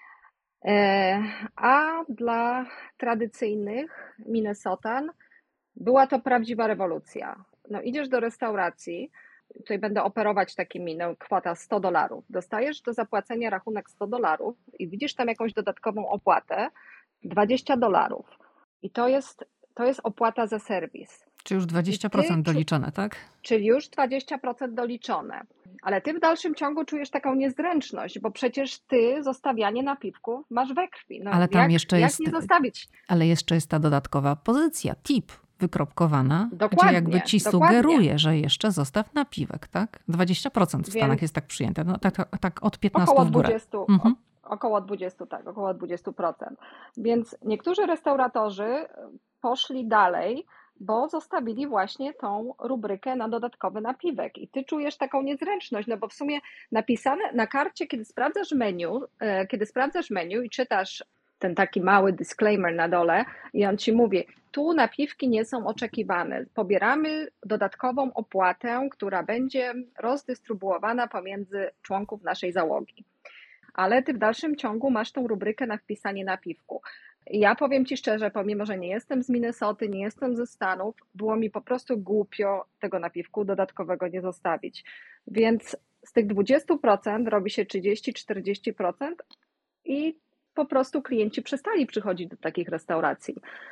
E, a dla tradycyjnych Minnesotan była to prawdziwa rewolucja. No, idziesz do restauracji, tutaj będę operować takimi, no, kwota sto dolarów. Dostajesz do zapłacenia rachunek sto dolarów i widzisz tam jakąś dodatkową opłatę dwadzieścia dolarów. I to jest, to jest opłata za serwis. Czy już dwadzieścia procent ty, doliczone, tak? Czyli już dwadzieścia procent doliczone. Ale ty w dalszym ciągu czujesz taką niezręczność, bo przecież ty zostawianie napiwków masz we krwi. No, ale tam jak, jeszcze jak jest, nie zostawić? Ale jeszcze jest ta dodatkowa pozycja, tip wykropkowana, Dokładnie, gdzie jakby ci dokładnie. sugeruje, że jeszcze zostaw napiwek, tak? dwadzieścia procent w Stanach Więc jest tak przyjęte, no tak, tak, tak od piętnastu około w górę. dwadzieścia, Mhm. około dwadzieścia, tak, około dwadzieścia procent. Więc niektórzy restauratorzy poszli dalej, bo zostawili właśnie tą rubrykę na dodatkowy napiwek i ty czujesz taką niezręczność, no bo w sumie napisane na karcie, kiedy sprawdzasz menu, kiedy sprawdzasz menu i czytasz ten taki mały disclaimer na dole i on ci mówi, tu napiwki nie są oczekiwane, pobieramy dodatkową opłatę, która będzie rozdystrybuowana pomiędzy członków naszej załogi. Ale ty w dalszym ciągu masz tą rubrykę na wpisanie napiwku. Ja powiem ci szczerze, pomimo że nie jestem z Minnesoty, nie jestem ze Stanów, było mi po prostu głupio tego napiwku dodatkowego nie zostawić. Więc z tych dwadzieścia procent robi się trzydzieści do czterdziestu procent i po prostu klienci przestali przychodzić do takich restauracji.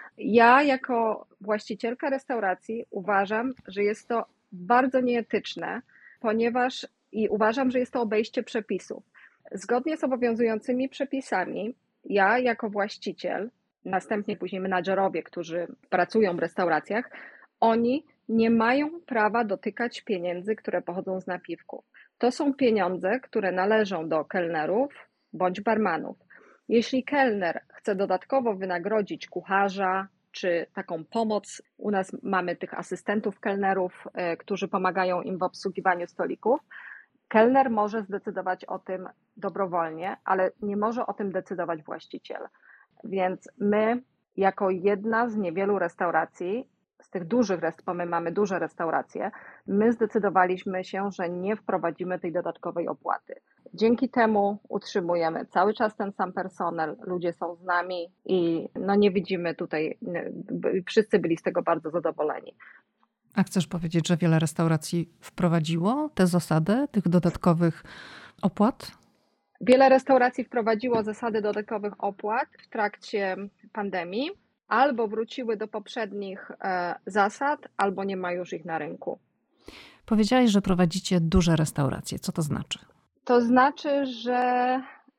Ja jako właścicielka restauracji uważam, że jest to bardzo nieetyczne, ponieważ i uważam, że jest to obejście przepisów. Zgodnie z obowiązującymi przepisami, ja jako właściciel, następnie później menadżerowie, którzy pracują w restauracjach, oni nie mają prawa dotykać pieniędzy, które pochodzą z napiwków. To są pieniądze, które należą do kelnerów bądź barmanów. Jeśli kelner chce dodatkowo wynagrodzić kucharza, czy taką pomoc, u nas mamy tych asystentów kelnerów, którzy pomagają im w obsługiwaniu stolików, kelner może zdecydować o tym dobrowolnie, ale nie może o tym decydować właściciel. Więc my, jako jedna z niewielu restauracji, z tych dużych, bo my mamy duże restauracje, my zdecydowaliśmy się, że nie wprowadzimy tej dodatkowej opłaty. Dzięki temu utrzymujemy cały czas ten sam personel, ludzie są z nami i no nie widzimy tutaj, wszyscy byli z tego bardzo zadowoleni. A chcesz powiedzieć, że wiele restauracji wprowadziło tę zasadę tych dodatkowych opłat? Wiele restauracji wprowadziło zasady dodatkowych opłat w trakcie pandemii, albo wróciły do poprzednich zasad, albo nie ma już ich na rynku. Powiedziałaś, że prowadzicie duże restauracje. Co to znaczy? To znaczy, że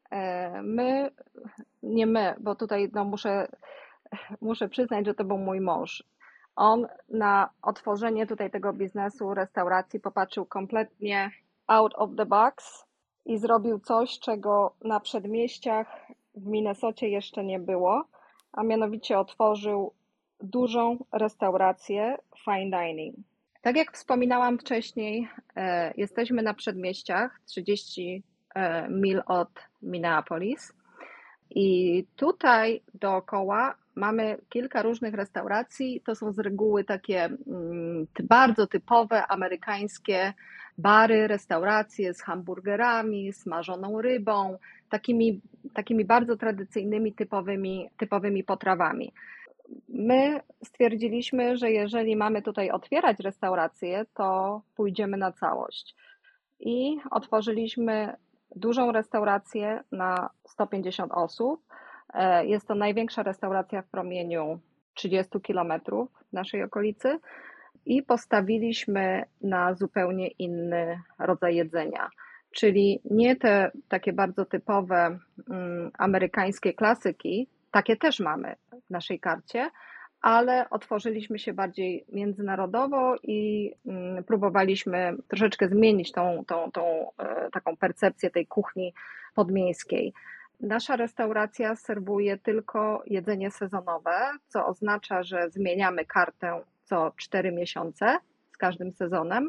my, nie my, bo tutaj no muszę, muszę przyznać, że to był mój mąż. On na otworzenie tutaj tego biznesu, restauracji popatrzył kompletnie out of the box i zrobił coś, czego na przedmieściach w Minnesocie jeszcze nie było, a mianowicie otworzył dużą restaurację fine dining. Tak jak wspominałam wcześniej, jesteśmy na przedmieściach, trzydzieści mil od Minneapolis i tutaj dookoła mamy kilka różnych restauracji. To są z reguły takie bardzo typowe amerykańskie bary, restauracje z hamburgerami, smażoną rybą, takimi, takimi bardzo tradycyjnymi, typowymi, typowymi potrawami. My stwierdziliśmy, że jeżeli mamy tutaj otwierać restaurację, to pójdziemy na całość. I otworzyliśmy dużą restaurację na sto pięćdziesiąt osób. Jest to największa restauracja w promieniu trzydziestu kilometrów w naszej okolicy i postawiliśmy na zupełnie inny rodzaj jedzenia, czyli nie te takie bardzo typowe um, amerykańskie klasyki, takie też mamy w naszej karcie, ale otworzyliśmy się bardziej międzynarodowo i um, próbowaliśmy troszeczkę zmienić tą, tą, tą e, taką percepcję tej kuchni podmiejskiej. Nasza restauracja serwuje tylko jedzenie sezonowe, co oznacza, że zmieniamy kartę co cztery miesiące z każdym sezonem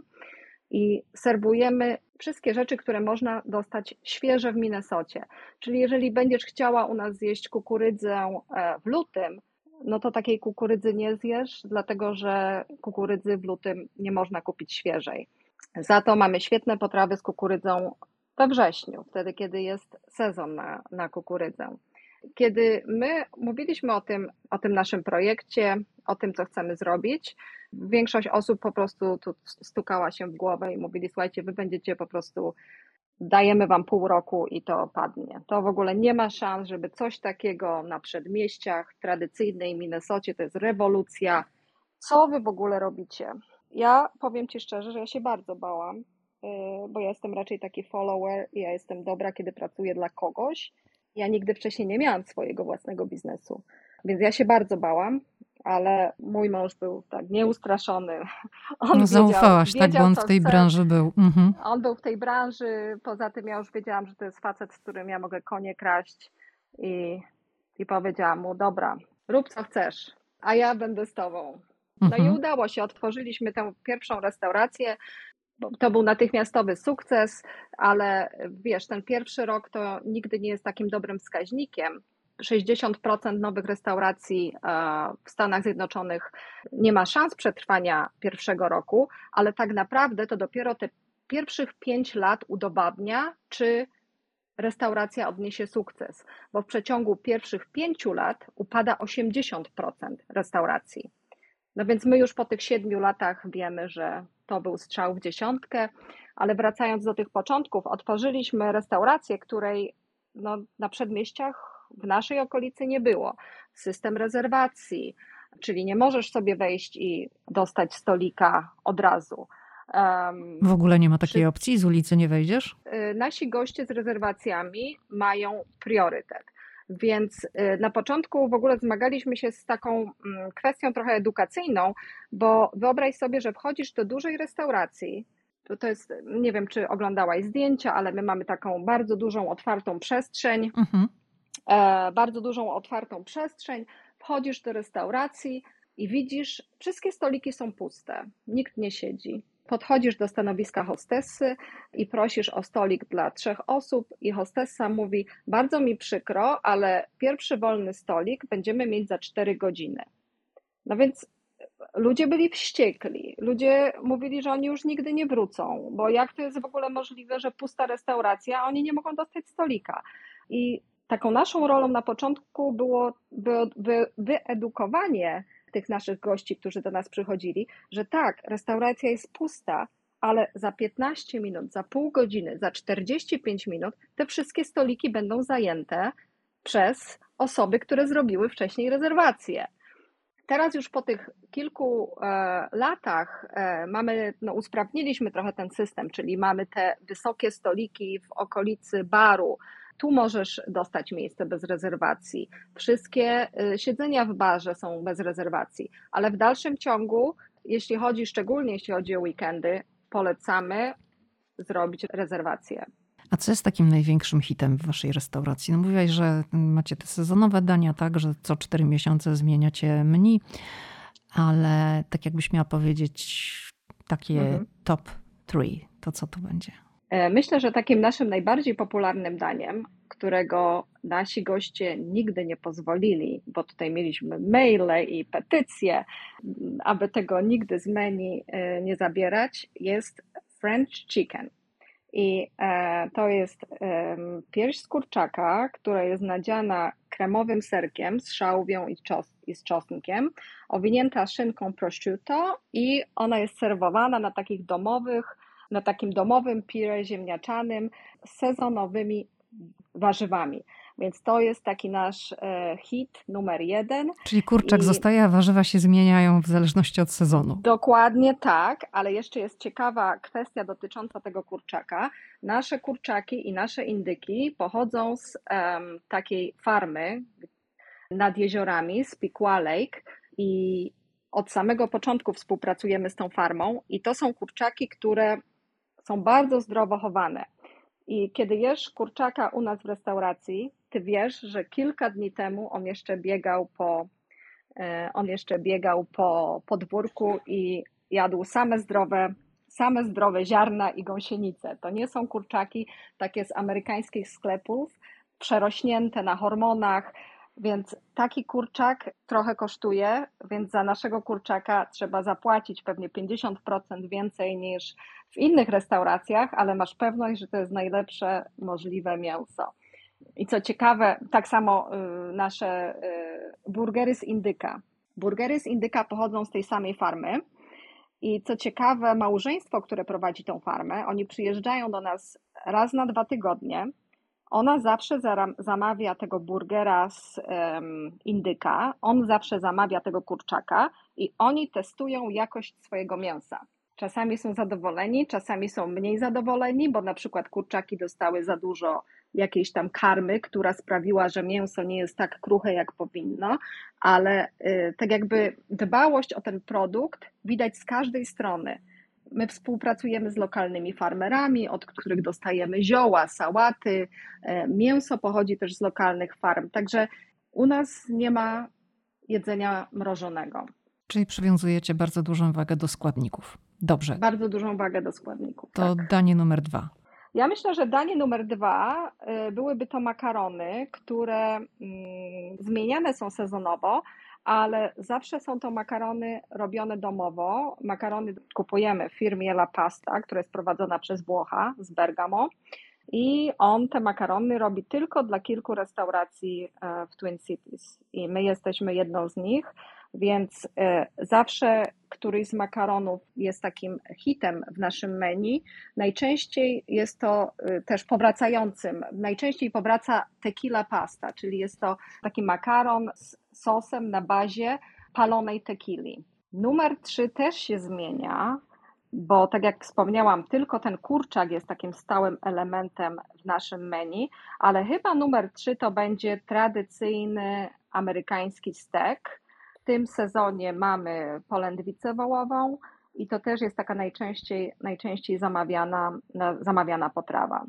i serwujemy wszystkie rzeczy, które można dostać świeże w Minnesocie. Czyli jeżeli będziesz chciała u nas zjeść kukurydzę w lutym, no to takiej kukurydzy nie zjesz, dlatego że kukurydzy w lutym nie można kupić świeżej. Za to mamy świetne potrawy z kukurydzą we wrześniu, wtedy kiedy jest sezon na, na kukurydzę. Kiedy my mówiliśmy o tym, o tym naszym projekcie, o tym, co chcemy zrobić, większość osób po prostu tu stukała się w głowę i mówili, słuchajcie, wy będziecie po prostu, dajemy wam pół roku i to padnie. To w ogóle nie ma szans, żeby coś takiego na przedmieściach tradycyjnej Minnesocie, to jest rewolucja. Co wy w ogóle robicie? Ja powiem ci szczerze, że ja się bardzo bałam, bo ja jestem raczej taki follower i ja jestem dobra, kiedy pracuję dla kogoś. Ja nigdy wcześniej nie miałam swojego własnego biznesu, więc ja się bardzo bałam, ale mój mąż był tak nieustraszony. On no zaufałaś, wiedział, tak, bo on w tej chce. branży był. Mhm. On był w tej branży, poza tym ja już wiedziałam, że to jest facet, z którym ja mogę konie kraść i, i powiedziałam mu, dobra, rób co chcesz, a ja będę z tobą. No mhm. i udało się, otworzyliśmy tę pierwszą restaurację. To był natychmiastowy sukces, ale wiesz, ten pierwszy rok to nigdy nie jest takim dobrym wskaźnikiem. sześćdziesiąt procent nowych restauracji w Stanach Zjednoczonych nie ma szans przetrwania pierwszego roku, ale tak naprawdę to dopiero te pierwszych pięć lat udowadnia, czy restauracja odniesie sukces, bo w przeciągu pierwszych pięciu lat upada osiemdziesiąt procent restauracji. No więc my już po tych siedmiu latach wiemy, że to był strzał w dziesiątkę, ale wracając do tych początków, otworzyliśmy restaurację, której no, na przedmieściach w naszej okolicy nie było. System rezerwacji, czyli nie możesz sobie wejść i dostać stolika od razu. Um, w ogóle nie ma takiej przy... opcji, z ulicy nie wejdziesz? Nasi goście z rezerwacjami mają priorytet. Więc na początku w ogóle zmagaliśmy się z taką kwestią trochę edukacyjną, bo wyobraź sobie, że wchodzisz do dużej restauracji, to, to jest, nie wiem czy oglądałaś zdjęcia, ale my mamy taką bardzo dużą otwartą przestrzeń, mhm. e, bardzo dużą otwartą przestrzeń, wchodzisz do restauracji i widzisz, wszystkie stoliki są puste, nikt nie siedzi. Podchodzisz do stanowiska hostessy i prosisz o stolik dla trzech osób i hostessa mówi, bardzo mi przykro, ale pierwszy wolny stolik będziemy mieć za cztery godziny. No więc ludzie byli wściekli, ludzie mówili, że oni już nigdy nie wrócą, bo jak to jest w ogóle możliwe, że pusta restauracja, a oni nie mogą dostać stolika. I taką naszą rolą na początku było wy, wy, wyedukowanie tych naszych gości, którzy do nas przychodzili, że tak, restauracja jest pusta, ale za piętnaście minut, za pół godziny, za czterdzieści pięć minut te wszystkie stoliki będą zajęte przez osoby, które zrobiły wcześniej rezerwację. Teraz już po tych kilku e, latach e, mamy, no, usprawniliśmy trochę ten system, czyli mamy te wysokie stoliki w okolicy baru. Tu możesz dostać miejsce bez rezerwacji. Wszystkie siedzenia w barze są bez rezerwacji, ale w dalszym ciągu, jeśli chodzi, szczególnie jeśli chodzi o weekendy, polecamy zrobić rezerwację. A co jest takim największym hitem w waszej restauracji? No mówiłaś, że macie te sezonowe dania, tak, że co cztery miesiące zmieniacie menu, ale tak jakbyś miała powiedzieć takie mhm. top three, to co tu będzie? Myślę, że takim naszym najbardziej popularnym daniem, którego nasi goście nigdy nie pozwolili, bo tutaj mieliśmy maile i petycje, aby tego nigdy z menu nie zabierać, jest French chicken. I to jest pierś z kurczaka, która jest nadziana kremowym serkiem z szałwią i, czos, i z czosnkiem, owinięta szynką prosciutto i ona jest serwowana na takich domowych, na takim domowym pire ziemniaczanym z sezonowymi warzywami. Więc to jest taki nasz hit numer jeden. Czyli kurczak I... zostaje, a warzywa się zmieniają w zależności od sezonu. Dokładnie tak, ale jeszcze jest ciekawa kwestia dotycząca tego kurczaka. Nasze kurczaki i nasze indyki pochodzą z um, takiej farmy nad jeziorami, z Piqua Lake, i od samego początku współpracujemy z tą farmą i to są kurczaki, które są bardzo zdrowo chowane. I kiedy jesz kurczaka u nas w restauracji, ty wiesz, że kilka dni temu on jeszcze biegał po, on jeszcze biegał po podwórku i jadł same zdrowe, same zdrowe ziarna i gąsienice. To nie są kurczaki takie z amerykańskich sklepów, przerośnięte na hormonach, więc taki kurczak trochę kosztuje, więc za naszego kurczaka trzeba zapłacić pewnie pięćdziesiąt procent więcej niż w innych restauracjach, ale masz pewność, że to jest najlepsze możliwe mięso. I co ciekawe, tak samo nasze burgery z indyka. Burgery z indyka pochodzą z tej samej farmy. I co ciekawe, małżeństwo, które prowadzi tą farmę, oni przyjeżdżają do nas raz na dwa tygodnie. Ona zawsze zamawia tego burgera z um, indyka, on zawsze zamawia tego kurczaka i oni testują jakość swojego mięsa. Czasami są zadowoleni, czasami są mniej zadowoleni, bo na przykład kurczaki dostały za dużo jakiejś tam karmy, która sprawiła, że mięso nie jest tak kruche, jak powinno, ale y, tak jakby dbałość o ten produkt widać z każdej strony. My współpracujemy z lokalnymi farmerami, od których dostajemy zioła, sałaty, mięso pochodzi też z lokalnych farm, także u nas nie ma jedzenia mrożonego. Czyli przywiązujecie bardzo dużą wagę do składników. Dobrze. Bardzo dużą wagę do składników. To tak. Danie numer dwa. Ja myślę, że danie numer dwa byłyby to makarony, które zmieniane są sezonowo, ale zawsze są to makarony robione domowo. Makarony kupujemy w firmie La Pasta, która jest prowadzona przez Włocha z Bergamo i on te makarony robi tylko dla kilku restauracji w Twin Cities i my jesteśmy jedną z nich, więc zawsze któryś z makaronów jest takim hitem w naszym menu. Najczęściej jest to też powracającym, najczęściej powraca tequila pasta, czyli jest to taki makaron z sosem na bazie palonej tequili. Numer trzy też się zmienia, bo tak jak wspomniałam, tylko ten kurczak jest takim stałym elementem w naszym menu, ale chyba numer trzy to będzie tradycyjny amerykański stek. W tym sezonie mamy polędwicę wołową i to też jest taka najczęściej, najczęściej zamawiana, zamawiana potrawa.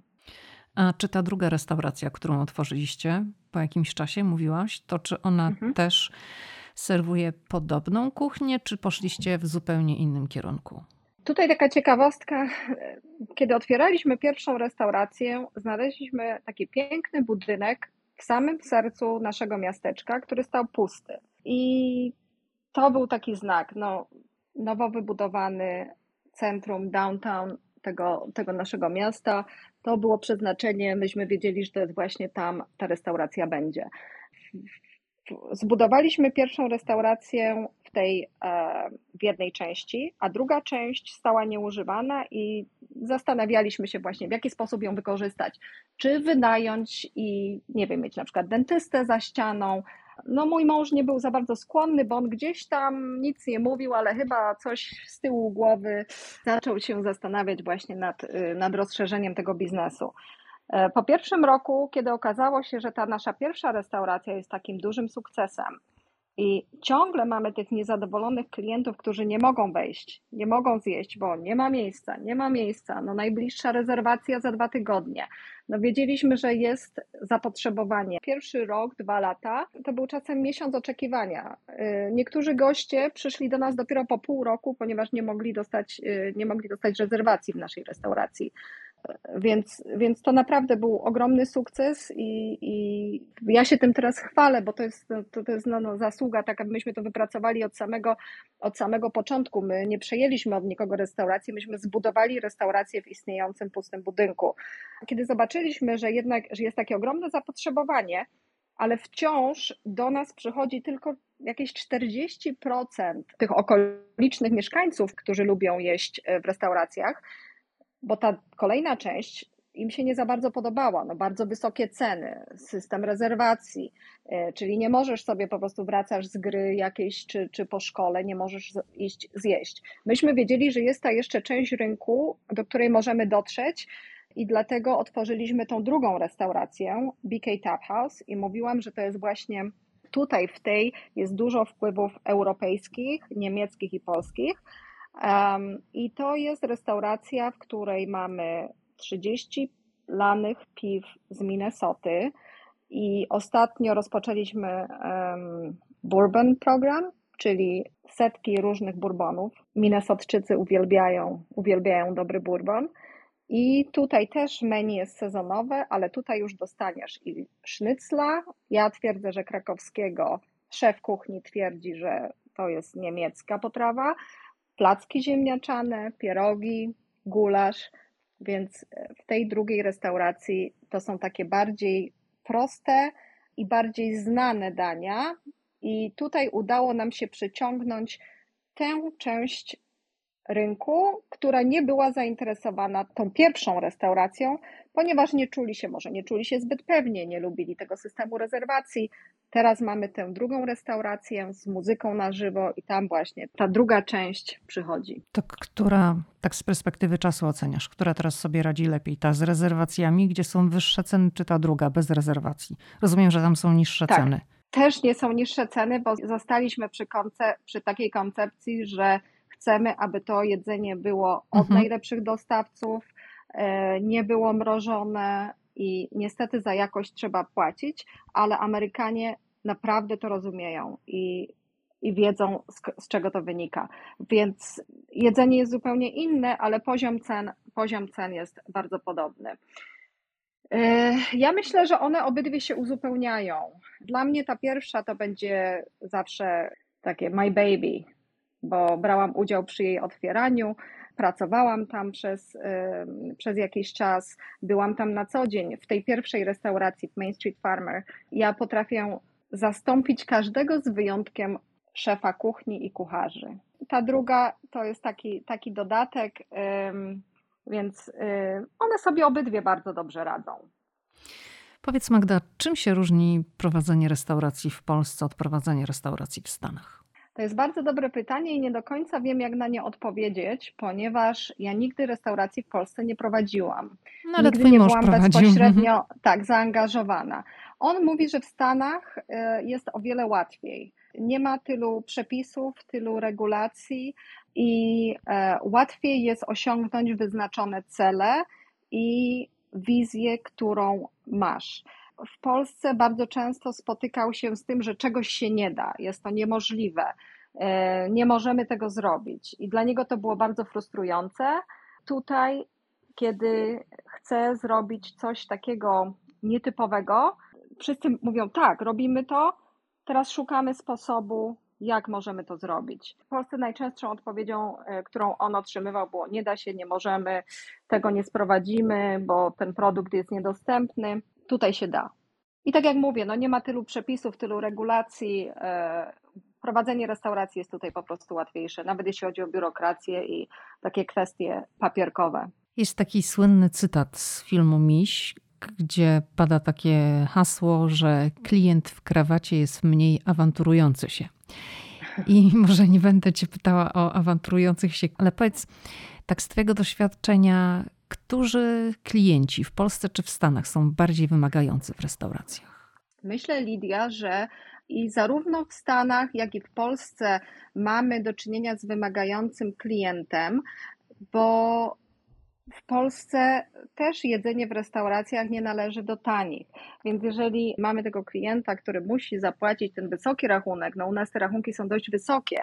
A czy ta druga restauracja, którą otworzyliście po jakimś czasie, mówiłaś, to czy ona mhm. też serwuje podobną kuchnię, czy poszliście w zupełnie innym kierunku? Tutaj taka ciekawostka, kiedy otwieraliśmy pierwszą restaurację, znaleźliśmy taki piękny budynek w samym sercu naszego miasteczka, który stał pusty. I to był taki znak, no, nowo wybudowany centrum, downtown tego, tego naszego miasta. To było przeznaczenie, myśmy wiedzieli, że to jest właśnie tam ta restauracja będzie. Zbudowaliśmy pierwszą restaurację w tej w jednej części, a druga część stała nieużywana i zastanawialiśmy się właśnie, w jaki sposób ją wykorzystać. Czy wynająć i, nie wiem, mieć na przykład dentystę za ścianą. No mój mąż nie był za bardzo skłonny, bo on gdzieś tam nic nie mówił, ale chyba coś z tyłu głowy zaczął się zastanawiać właśnie nad, nad rozszerzeniem tego biznesu. Po pierwszym roku, kiedy okazało się, że ta nasza pierwsza restauracja jest takim dużym sukcesem i ciągle mamy tych niezadowolonych klientów, którzy nie mogą wejść, nie mogą zjeść, bo nie ma miejsca, nie ma miejsca, no najbliższa rezerwacja za dwa tygodnie. No wiedzieliśmy, że jest zapotrzebowanie. Pierwszy rok, dwa lata, to był czasem miesiąc oczekiwania. Niektórzy goście przyszli do nas dopiero po pół roku, ponieważ nie mogli dostać, nie mogli dostać rezerwacji w naszej restauracji. Więc, więc to naprawdę był ogromny sukces i, i ja się tym teraz chwalę, bo to jest, to, to jest no, no, zasługa taka, myśmy to wypracowali od samego, od samego początku. My nie przejęliśmy od nikogo restauracji, myśmy zbudowali restaurację w istniejącym pustym budynku. Kiedy zobaczyliśmy, że jednak że jest takie ogromne zapotrzebowanie, ale wciąż do nas przychodzi tylko jakieś czterdzieści procent tych okolicznych mieszkańców, którzy lubią jeść w restauracjach, bo ta kolejna część im się nie za bardzo podobała, no bardzo wysokie ceny, system rezerwacji, czyli nie możesz sobie po prostu wracasz z gry jakiejś czy, czy po szkole, nie możesz iść zjeść. Myśmy wiedzieli, że jest ta jeszcze część rynku, do której możemy dotrzeć i dlatego otworzyliśmy tą drugą restaurację, B K Tap House i mówiłam, że to jest właśnie tutaj w tej jest dużo wpływów europejskich, niemieckich i polskich. Um, I to jest restauracja, w której mamy trzydzieści lanych piw z Minnesoty. I ostatnio rozpoczęliśmy um, bourbon program, czyli setki różnych bourbonów. Minnesotczycy uwielbiają, uwielbiają dobry bourbon. I tutaj też menu jest sezonowe, ale tutaj już dostaniesz i sznycla. Ja twierdzę, że krakowskiego. Szef kuchni twierdzi, że to jest niemiecka potrawa. Placki ziemniaczane, pierogi, gulasz. Więc w tej drugiej restauracji to są takie bardziej proste i bardziej znane dania. I tutaj udało nam się przyciągnąć tę część rynku, która nie była zainteresowana tą pierwszą restauracją, ponieważ nie czuli się, może nie czuli się zbyt pewnie, nie lubili tego systemu rezerwacji. Teraz mamy tę drugą restaurację z muzyką na żywo i tam właśnie ta druga część przychodzi. To która, tak z perspektywy czasu oceniasz, która teraz sobie radzi lepiej? Ta z rezerwacjami, gdzie są wyższe ceny, czy ta druga bez rezerwacji? Rozumiem, że tam są niższe tak, ceny. Też nie są niższe ceny, bo zostaliśmy przy, konce- przy takiej koncepcji, że chcemy, aby to jedzenie było od Mhm. najlepszych dostawców, nie było mrożone i niestety za jakość trzeba płacić, ale Amerykanie naprawdę to rozumieją i, i wiedzą, z, z czego to wynika. Więc jedzenie jest zupełnie inne, ale poziom cen, poziom cen jest bardzo podobny. Ja myślę, że one obydwie się uzupełniają. Dla mnie ta pierwsza to będzie zawsze takie my baby, bo brałam udział przy jej otwieraniu, pracowałam tam przez, przez jakiś czas, byłam tam na co dzień w tej pierwszej restauracji w Main Street Farmer. Ja potrafię zastąpić każdego z wyjątkiem szefa kuchni i kucharzy. Ta druga to jest taki, taki dodatek, więc one sobie obydwie bardzo dobrze radzą. Powiedz Magda, czym się różni prowadzenie restauracji w Polsce od prowadzenia restauracji w Stanach? To jest bardzo dobre pytanie i nie do końca wiem, jak na nie odpowiedzieć, ponieważ ja nigdy restauracji w Polsce nie prowadziłam. No, ale nigdy twój nie mąż byłam prowadził. bezpośrednio tak, zaangażowana. On mówi, że w Stanach jest o wiele łatwiej. Nie ma tylu przepisów, tylu regulacji i łatwiej jest osiągnąć wyznaczone cele i wizję, którą masz. W Polsce bardzo często spotykał się z tym, że czegoś się nie da, jest to niemożliwe, nie możemy tego zrobić i dla niego to było bardzo frustrujące. Tutaj, kiedy chcę zrobić coś takiego nietypowego, wszyscy mówią tak, robimy to, teraz szukamy sposobu, jak możemy to zrobić. W Polsce najczęstszą odpowiedzią, którą on otrzymywał, było nie da się, nie możemy, tego nie sprowadzimy, bo ten produkt jest niedostępny. Tutaj się da. I tak jak mówię, no nie ma tylu przepisów, tylu regulacji. Prowadzenie restauracji jest tutaj po prostu łatwiejsze, nawet jeśli chodzi o biurokrację i takie kwestie papierkowe. Jest taki słynny cytat z filmu Miś, gdzie pada takie hasło, że klient w krawacie jest mniej awanturujący się. I może nie będę cię pytała o awanturujących się, ale powiedz, tak z twojego doświadczenia, którzy klienci w Polsce czy w Stanach są bardziej wymagający w restauracjach? Myślę, Lidia, że i zarówno w Stanach, jak i w Polsce mamy do czynienia z wymagającym klientem, bo w Polsce też jedzenie w restauracjach nie należy do tanich, więc jeżeli mamy tego klienta, który musi zapłacić ten wysoki rachunek, no u nas te rachunki są dość wysokie,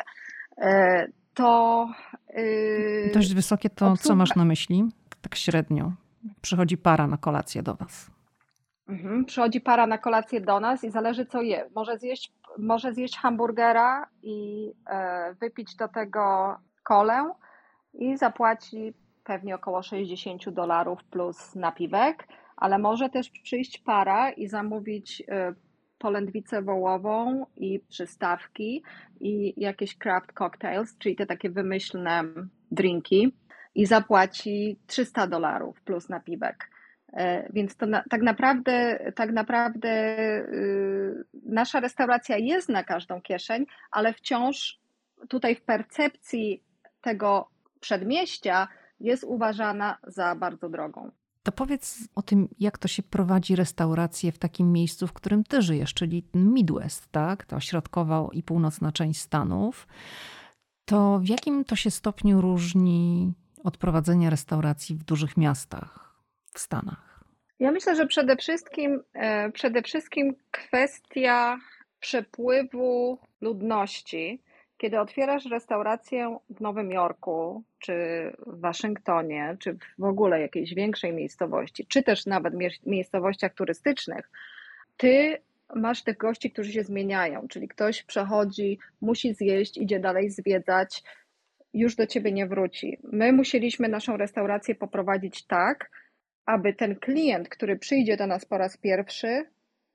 to... Yy, dość wysokie to obsługa... Co masz na myśli? Tak średnio. Przychodzi para na kolację do was. Mhm, przychodzi para na kolację do nas i zależy co je. Może zjeść, może zjeść hamburgera i e, wypić do tego kolę i zapłaci pewnie około sześćdziesiąt dolarów plus napiwek, ale może też przyjść para i zamówić e, polędwicę wołową i przystawki i jakieś craft cocktails, czyli te takie wymyślne drinki i zapłaci trzysta dolarów plus napiwek. Więc to na, tak naprawdę, tak naprawdę yy, nasza restauracja jest na każdą kieszeń, ale wciąż tutaj w percepcji tego przedmieścia jest uważana za bardzo drogą. To powiedz o tym, jak to się prowadzi restaurację w takim miejscu, w którym ty żyjesz, czyli Midwest, tak? To środkowa i północna część Stanów. To w jakim to się stopniu różni od prowadzenia restauracji w dużych miastach w Stanach? Ja myślę, że przede wszystkim, e, przede wszystkim kwestia przepływu ludności. Kiedy otwierasz restaurację w Nowym Jorku, czy w Waszyngtonie, czy w ogóle jakiejś większej miejscowości, czy też nawet mie- miejscowościach turystycznych, ty masz tych gości, którzy się zmieniają, czyli ktoś przechodzi, musi zjeść, idzie dalej zwiedzać, już do ciebie nie wróci. My musieliśmy naszą restaurację poprowadzić tak, aby ten klient, który przyjdzie do nas po raz pierwszy,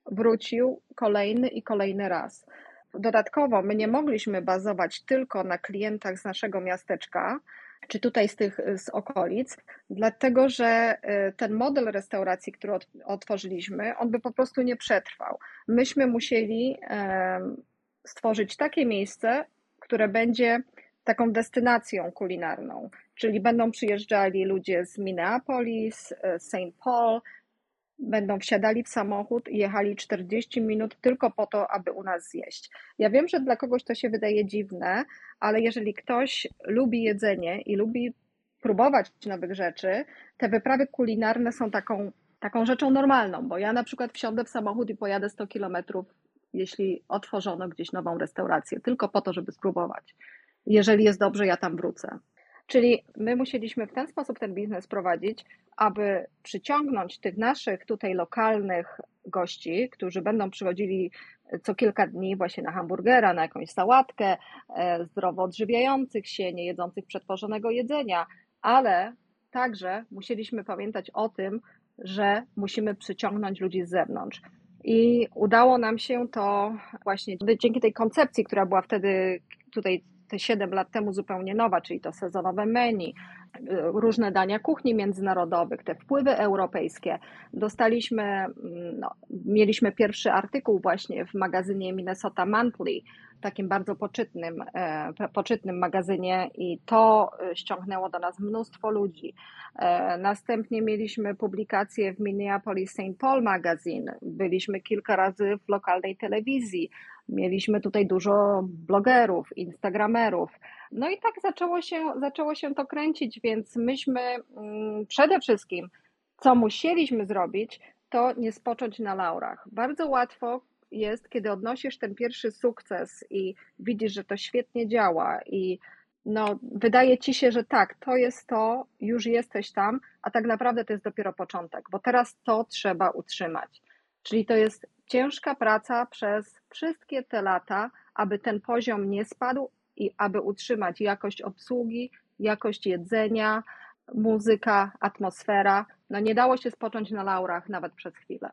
wrócił kolejny i kolejny raz. Dodatkowo my nie mogliśmy bazować tylko na klientach z naszego miasteczka, czy tutaj z tych z okolic, dlatego że y, ten model restauracji, który otworzyliśmy, on by po prostu nie przetrwał. Myśmy musieli em, stworzyć takie miejsce, które będzie taką destynacją kulinarną, czyli będą przyjeżdżali ludzie z Minneapolis, z Saint Paul, będą wsiadali w samochód i jechali czterdzieści minut tylko po to, aby u nas zjeść. Ja wiem, że dla kogoś to się wydaje dziwne, ale jeżeli ktoś lubi jedzenie i lubi próbować nowych rzeczy, te wyprawy kulinarne są taką, taką rzeczą normalną, bo ja na przykład wsiądę w samochód i pojadę sto kilometrów, jeśli otworzono gdzieś nową restaurację, tylko po to, żeby spróbować. Jeżeli jest dobrze, ja tam wrócę. Czyli my musieliśmy w ten sposób ten biznes prowadzić, aby przyciągnąć tych naszych tutaj lokalnych gości, którzy będą przychodzili co kilka dni właśnie na hamburgera, na jakąś sałatkę, e, zdrowo odżywiających się, nie jedzących przetworzonego jedzenia, ale także musieliśmy pamiętać o tym, że musimy przyciągnąć ludzi z zewnątrz. I udało nam się to właśnie dzięki tej koncepcji, która była wtedy tutaj te siedem lat temu zupełnie nowa, czyli to sezonowe menu, różne dania kuchni międzynarodowych, te wpływy europejskie. Dostaliśmy, no, mieliśmy pierwszy artykuł właśnie w magazynie Minnesota Monthly, takim bardzo poczytnym, poczytnym magazynie i to ściągnęło do nas mnóstwo ludzi. Następnie mieliśmy publikację w Minneapolis Saint Paul Magazine, byliśmy kilka razy w lokalnej telewizji, mieliśmy tutaj dużo blogerów, instagramerów. No i tak zaczęło się, zaczęło się to kręcić, więc myśmy mm, przede wszystkim, co musieliśmy zrobić, to nie spocząć na laurach. Bardzo łatwo jest, kiedy odnosisz ten pierwszy sukces i widzisz, że to świetnie działa i no, wydaje ci się, że tak, to jest to, już jesteś tam, a tak naprawdę to jest dopiero początek, bo teraz to trzeba utrzymać. Czyli to jest ciężka praca przez wszystkie te lata, aby ten poziom nie spadł i aby utrzymać jakość obsługi, jakość jedzenia, muzyka, atmosfera. No nie dało się spocząć na laurach nawet przez chwilę.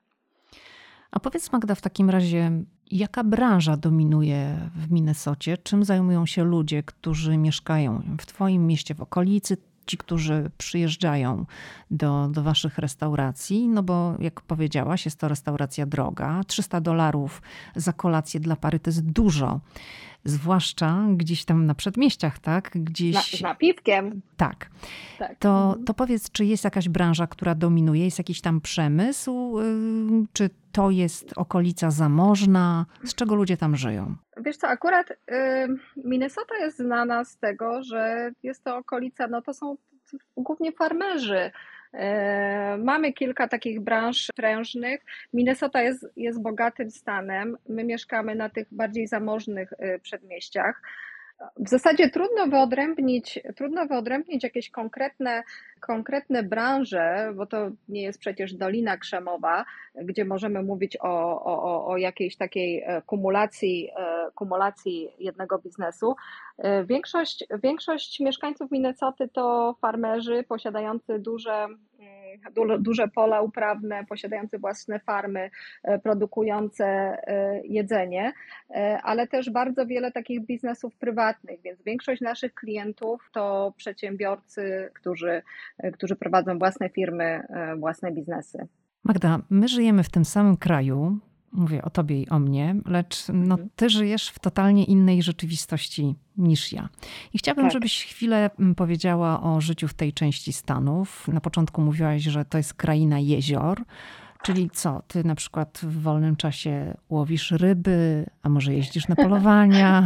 A powiedz, Magda, w takim razie, jaka branża dominuje w Minnesocie? Czym zajmują się ludzie, którzy mieszkają w twoim mieście, w okolicy? Ci, którzy przyjeżdżają do, do waszych restauracji, no bo jak powiedziałaś, jest to restauracja droga. trzysta dolarów za kolację dla pary to jest dużo. Zwłaszcza gdzieś tam na przedmieściach, tak? Gdzieś... Z napiwkiem. Tak. tak. To, to powiedz, czy jest jakaś branża, która dominuje? Jest jakiś tam przemysł? Czy to jest okolica zamożna? Z czego ludzie tam żyją? Wiesz co, akurat y, Minnesota jest znana z tego, że jest to okolica, no to są głównie farmerzy. Mamy kilka takich branż prężnych. Minnesota jest, jest bogatym stanem. My mieszkamy na tych bardziej zamożnych przedmieściach. W zasadzie trudno wyodrębnić, trudno wyodrębnić jakieś konkretne, konkretne branże, bo to nie jest przecież Dolina Krzemowa, gdzie możemy mówić o, o, o jakiejś takiej kumulacji, kumulacji jednego biznesu. Większość, większość mieszkańców Minnesoty to farmerzy posiadający duże, duże pola uprawne, posiadający własne farmy, produkujące jedzenie, ale też bardzo wiele takich biznesów prywatnych, więc większość naszych klientów to przedsiębiorcy, którzy, którzy prowadzą własne firmy, własne biznesy. Magda, my żyjemy w tym samym kraju, mówię o tobie i o mnie, lecz no, ty żyjesz w totalnie innej rzeczywistości niż ja. I chciałabym, tak. żebyś chwilę powiedziała o życiu w tej części Stanów. Na początku mówiłaś, że to jest kraina jezior. Czyli co, ty na przykład w wolnym czasie łowisz ryby, a może jeździsz na polowania?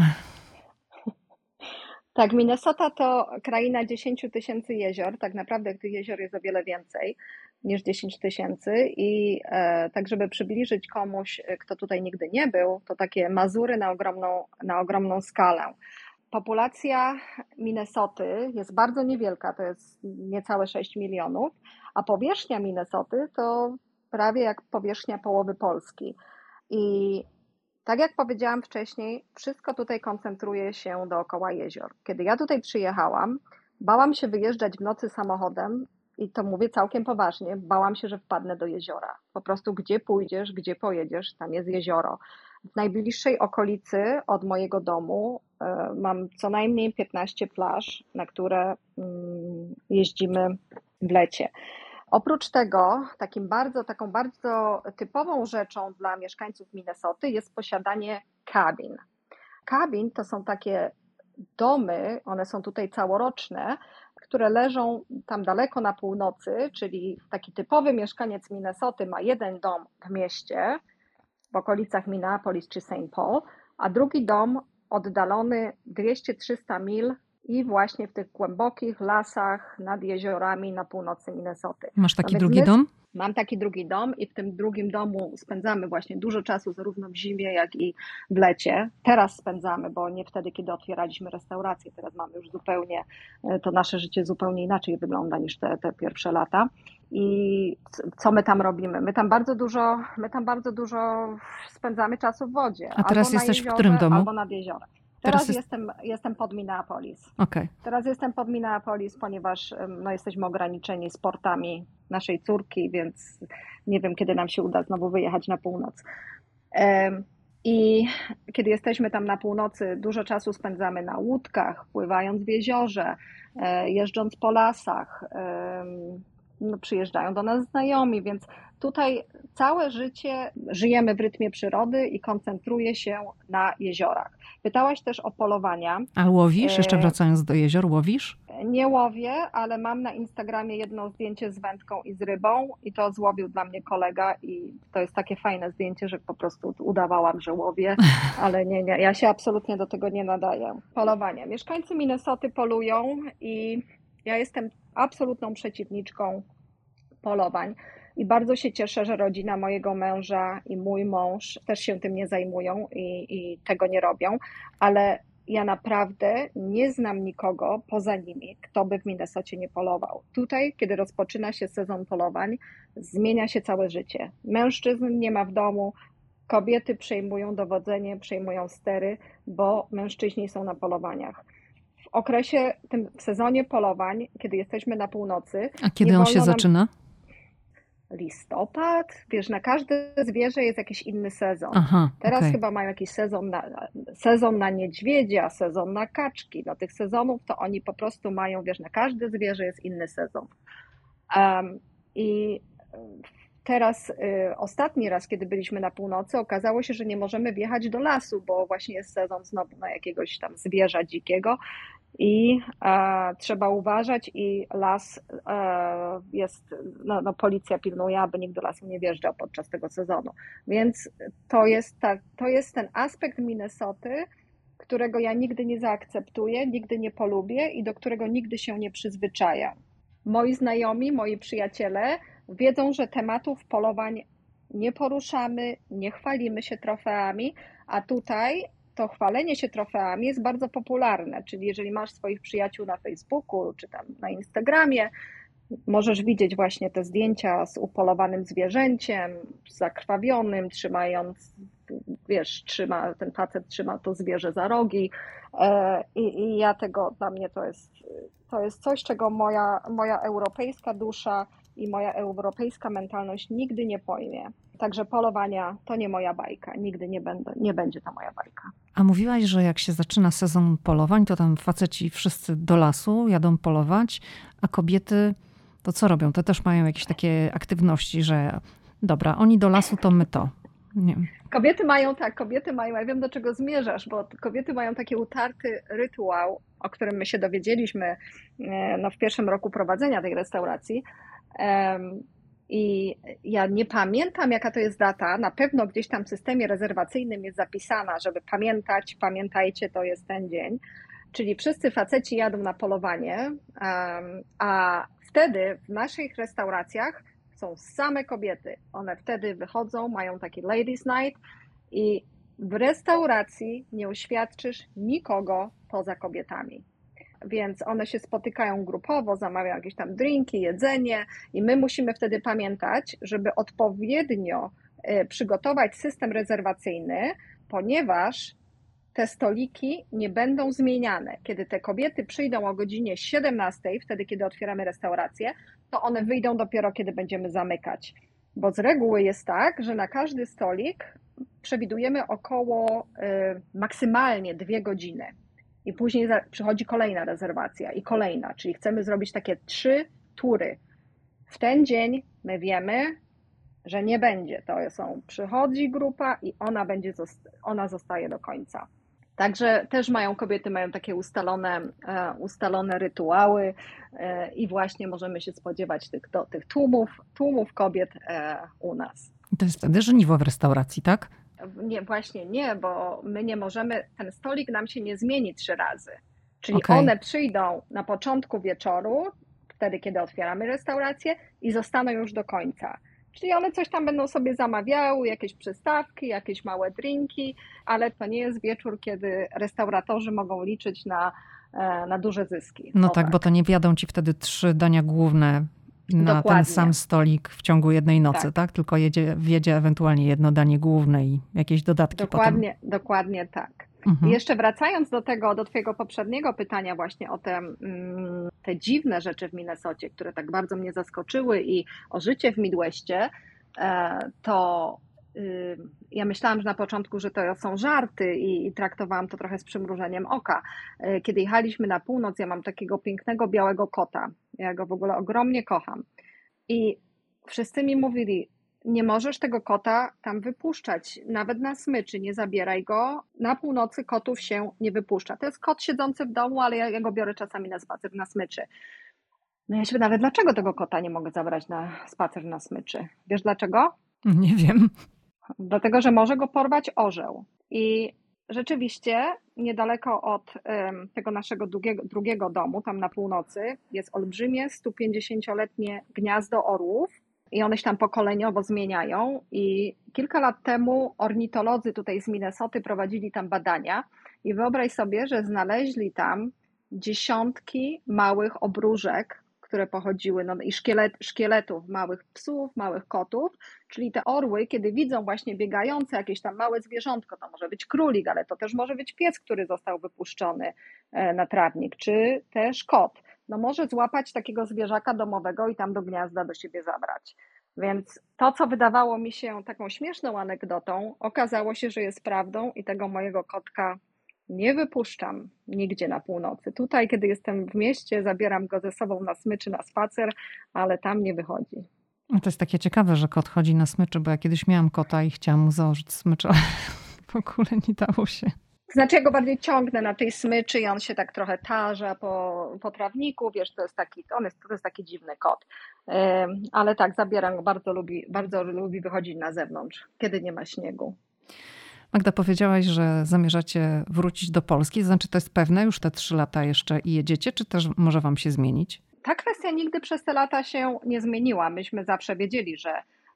Tak, Minnesota to kraina dziesięć tysięcy jezior. Tak naprawdę tych jezior jest o wiele więcej. niż dziesięć tysięcy i e, tak, żeby przybliżyć komuś, kto tutaj nigdy nie był, to takie Mazury na ogromną, na ogromną skalę. Populacja Minnesoty jest bardzo niewielka, to jest niecałe sześć milionów, a powierzchnia Minnesoty to prawie jak powierzchnia połowy Polski. I tak jak powiedziałam wcześniej, wszystko tutaj koncentruje się dookoła jezior. Kiedy ja tutaj przyjechałam, bałam się wyjeżdżać w nocy samochodem i to mówię całkiem poważnie, bałam się, że wpadnę do jeziora. Po prostu gdzie pójdziesz, gdzie pojedziesz, tam jest jezioro. W najbliższej okolicy od mojego domu y, mam co najmniej piętnaście plaż, na które y, jeździmy w lecie. Oprócz tego, takim bardzo, taką bardzo typową rzeczą dla mieszkańców Minnesoty jest posiadanie cabin. Cabin to są takie domy, one są tutaj całoroczne, które leżą tam daleko na północy, czyli taki typowy mieszkaniec Minnesoty ma jeden dom w mieście, w okolicach Minneapolis czy Saint Paul, a drugi dom oddalony dwieście trzysta mil i właśnie w tych głębokich lasach nad jeziorami na północy Minnesoty. Masz taki no drugi my, dom? Mam taki drugi dom i w tym drugim domu spędzamy właśnie dużo czasu zarówno w zimie, jak i w lecie. Teraz spędzamy, bo nie wtedy, kiedy otwieraliśmy restaurację. Teraz mamy już zupełnie, to nasze życie zupełnie inaczej wygląda niż te, te pierwsze lata. I co my tam robimy? My tam bardzo dużo, my tam bardzo dużo spędzamy czasu w wodzie. A teraz albo jesteś na jeziorze, w którym domu? Albo nad jeziorem. Teraz, Teraz jest... jestem, jestem pod Minneapolis. Okay. Teraz jestem pod Minneapolis, ponieważ no, jesteśmy ograniczeni sportami naszej córki, więc nie wiem, kiedy nam się uda znowu wyjechać na północ. I kiedy jesteśmy tam na północy, dużo czasu spędzamy na łódkach, pływając w jeziorze, jeżdżąc po lasach. No, przyjeżdżają do nas znajomi, więc tutaj całe życie żyjemy w rytmie przyrody i koncentruje się na jeziorach. Pytałaś też o polowania. A łowisz? Jeszcze wracając do jezior, łowisz? Nie łowię, ale mam na Instagramie jedno zdjęcie z wędką i z rybą i to złowił dla mnie kolega i to jest takie fajne zdjęcie, że po prostu udawałam, że łowię, ale nie, nie, ja się absolutnie do tego nie nadaję. Polowania. Mieszkańcy Minnesoty polują i ja jestem absolutną przeciwniczką polowań i bardzo się cieszę, że rodzina mojego męża i mój mąż też się tym nie zajmują i, i tego nie robią, ale ja naprawdę nie znam nikogo poza nimi, kto by w Minnesocie nie polował. Tutaj, kiedy rozpoczyna się sezon polowań, zmienia się całe życie. Mężczyzn nie ma w domu, kobiety przejmują dowodzenie, przejmują stery, bo mężczyźni są na polowaniach. W okresie, tym w sezonie polowań, kiedy jesteśmy na północy... A kiedy on się nam... zaczyna? Listopad, wiesz, na każde zwierzę jest jakiś inny sezon. Aha, Teraz okay. chyba mają jakiś sezon na, sezon na niedźwiedzia, sezon na kaczki. No tych sezonów to oni po prostu mają, wiesz, na każde zwierzę jest inny sezon. Um, I teraz y, ostatni raz, kiedy byliśmy na północy, okazało się, że nie możemy wjechać do lasu, bo właśnie jest sezon znowu na jakiegoś tam zwierza dzikiego. I e, trzeba uważać i las e, jest, no, no policja pilnuje, aby nikt do lasu nie wjeżdżał podczas tego sezonu. Więc to jest, ta, to jest ten aspekt Minnesoty, którego ja nigdy nie zaakceptuję, nigdy nie polubię i do którego nigdy się nie przyzwyczaję. Moi znajomi, moi przyjaciele wiedzą, że tematów polowań nie poruszamy, nie chwalimy się trofeami, a tutaj to chwalenie się trofeami jest bardzo popularne, czyli jeżeli masz swoich przyjaciół na Facebooku czy tam na Instagramie, możesz widzieć właśnie te zdjęcia z upolowanym zwierzęciem, zakrwawionym, trzymając, wiesz, trzyma, ten facet trzyma to zwierzę za rogi i, i ja tego, dla mnie to jest, to jest coś, czego moja, moja europejska dusza i moja europejska mentalność nigdy nie pojmie. Także polowania to nie moja bajka, nigdy nie, będę, nie będzie to moja bajka. A mówiłaś, że jak się zaczyna sezon polowań, to tam faceci wszyscy do lasu jadą polować, a kobiety to co robią? To też mają jakieś takie aktywności, że dobra, oni do lasu, to my to. Nie. Kobiety mają tak, kobiety mają, ja wiem do czego zmierzasz, bo kobiety mają taki utarty rytuał, o którym my się dowiedzieliśmy no, w pierwszym roku prowadzenia tej restauracji. Um, I ja nie pamiętam, jaka to jest data. Na pewno gdzieś tam w systemie rezerwacyjnym jest zapisana, żeby pamiętać, pamiętajcie, to jest ten dzień. Czyli wszyscy faceci jadą na polowanie, um, a wtedy w naszych restauracjach są same kobiety. One wtedy wychodzą, mają taki ladies night i w restauracji nie uświadczysz nikogo poza kobietami. Więc one się spotykają grupowo, zamawiają jakieś tam drinki, jedzenie i my musimy wtedy pamiętać, żeby odpowiednio przygotować system rezerwacyjny, ponieważ te stoliki nie będą zmieniane. Kiedy te kobiety przyjdą o godzinie siedemnastej, wtedy kiedy otwieramy restaurację, to one wyjdą dopiero kiedy będziemy zamykać. Bo z reguły jest tak, że na każdy stolik przewidujemy około y, maksymalnie dwie godziny. I później za, przychodzi kolejna rezerwacja i kolejna, czyli chcemy zrobić takie trzy tury. W ten dzień my wiemy, że nie będzie. To są, przychodzi grupa i ona będzie, ona zostaje do końca. Także też mają, kobiety mają takie ustalone, ustalone rytuały i właśnie możemy się spodziewać tych, do, tych tłumów, tłumów kobiet u nas. To jest wtedy żniwo w restauracji, tak? Nie, właśnie nie, bo my nie możemy, ten stolik nam się nie zmieni trzy razy. Czyli Okay. One przyjdą na początku wieczoru, wtedy kiedy otwieramy restaurację i zostaną już do końca. Czyli one coś tam będą sobie zamawiały, jakieś przystawki, jakieś małe drinki, ale to nie jest wieczór, kiedy restauratorzy mogą liczyć na, na duże zyski. No, no tak, tak, bo to nie wjadą ci wtedy trzy dania główne na Dokładnie. ten sam stolik w ciągu jednej nocy, tak? tak? Tylko jedzie, wjedzie ewentualnie jedno danie główne i jakieś dodatki Dokładnie, potem. Dokładnie tak. Mhm. I jeszcze wracając do tego, do twojego poprzedniego pytania właśnie o te, te dziwne rzeczy w Minnesocie, które tak bardzo mnie zaskoczyły i o życie w Midwestie, to ja myślałam, że na początku, że to są żarty i, i traktowałam to trochę z przymrużeniem oka. Kiedy jechaliśmy na północ, ja mam takiego pięknego białego kota. Ja go w ogóle ogromnie kocham. I wszyscy mi mówili, nie możesz tego kota tam wypuszczać, nawet na smyczy, nie zabieraj go. Na północy kotów się nie wypuszcza. To jest kot siedzący w domu, ale ja, ja go biorę czasami na spacer na smyczy. No ja się nawet dlaczego tego kota nie mogę zabrać na spacer na smyczy? Wiesz dlaczego? Nie wiem. Dlatego, że może go porwać orzeł. I rzeczywiście niedaleko od um, tego naszego drugiego, drugiego domu, tam na północy, jest olbrzymie stupięćdziesięcioletnie gniazdo orłów i one się tam pokoleniowo zmieniają. I kilka lat temu ornitolodzy tutaj z Minnesoty prowadzili tam badania i wyobraź sobie, że znaleźli tam dziesiątki małych obróżek, które pochodziły, no i szkielet, szkieletów małych psów, małych kotów, czyli te orły, kiedy widzą właśnie biegające jakieś tam małe zwierzątko, to może być królik, ale to też może być pies, który został wypuszczony na trawnik, czy też kot. No może złapać takiego zwierzaka domowego i tam do gniazda do siebie zabrać. Więc to, co wydawało mi się taką śmieszną anegdotą, okazało się, że jest prawdą i tego mojego kotka nie wypuszczam nigdzie na północy. Tutaj, kiedy jestem w mieście, zabieram go ze sobą na smyczy, na spacer, ale tam nie wychodzi. No to jest takie ciekawe, że kot chodzi na smyczy, bo ja kiedyś miałam kota i chciałam mu założyć smycz, ale w ogóle nie dało się. Znaczy ja go bardziej ciągnę na tej smyczy i on się tak trochę tarza po, po trawniku, wiesz, to jest taki, on jest, to jest taki dziwny kot. Ale tak, zabieram go, bardzo lubi, bardzo lubi wychodzić na zewnątrz, kiedy nie ma śniegu. Magda, powiedziałaś, że zamierzacie wrócić do Polski, to znaczy to jest pewne już te trzy lata jeszcze i jedziecie, czy też może wam się zmienić? Ta kwestia nigdy przez te lata się nie zmieniła. Myśmy zawsze wiedzieli, że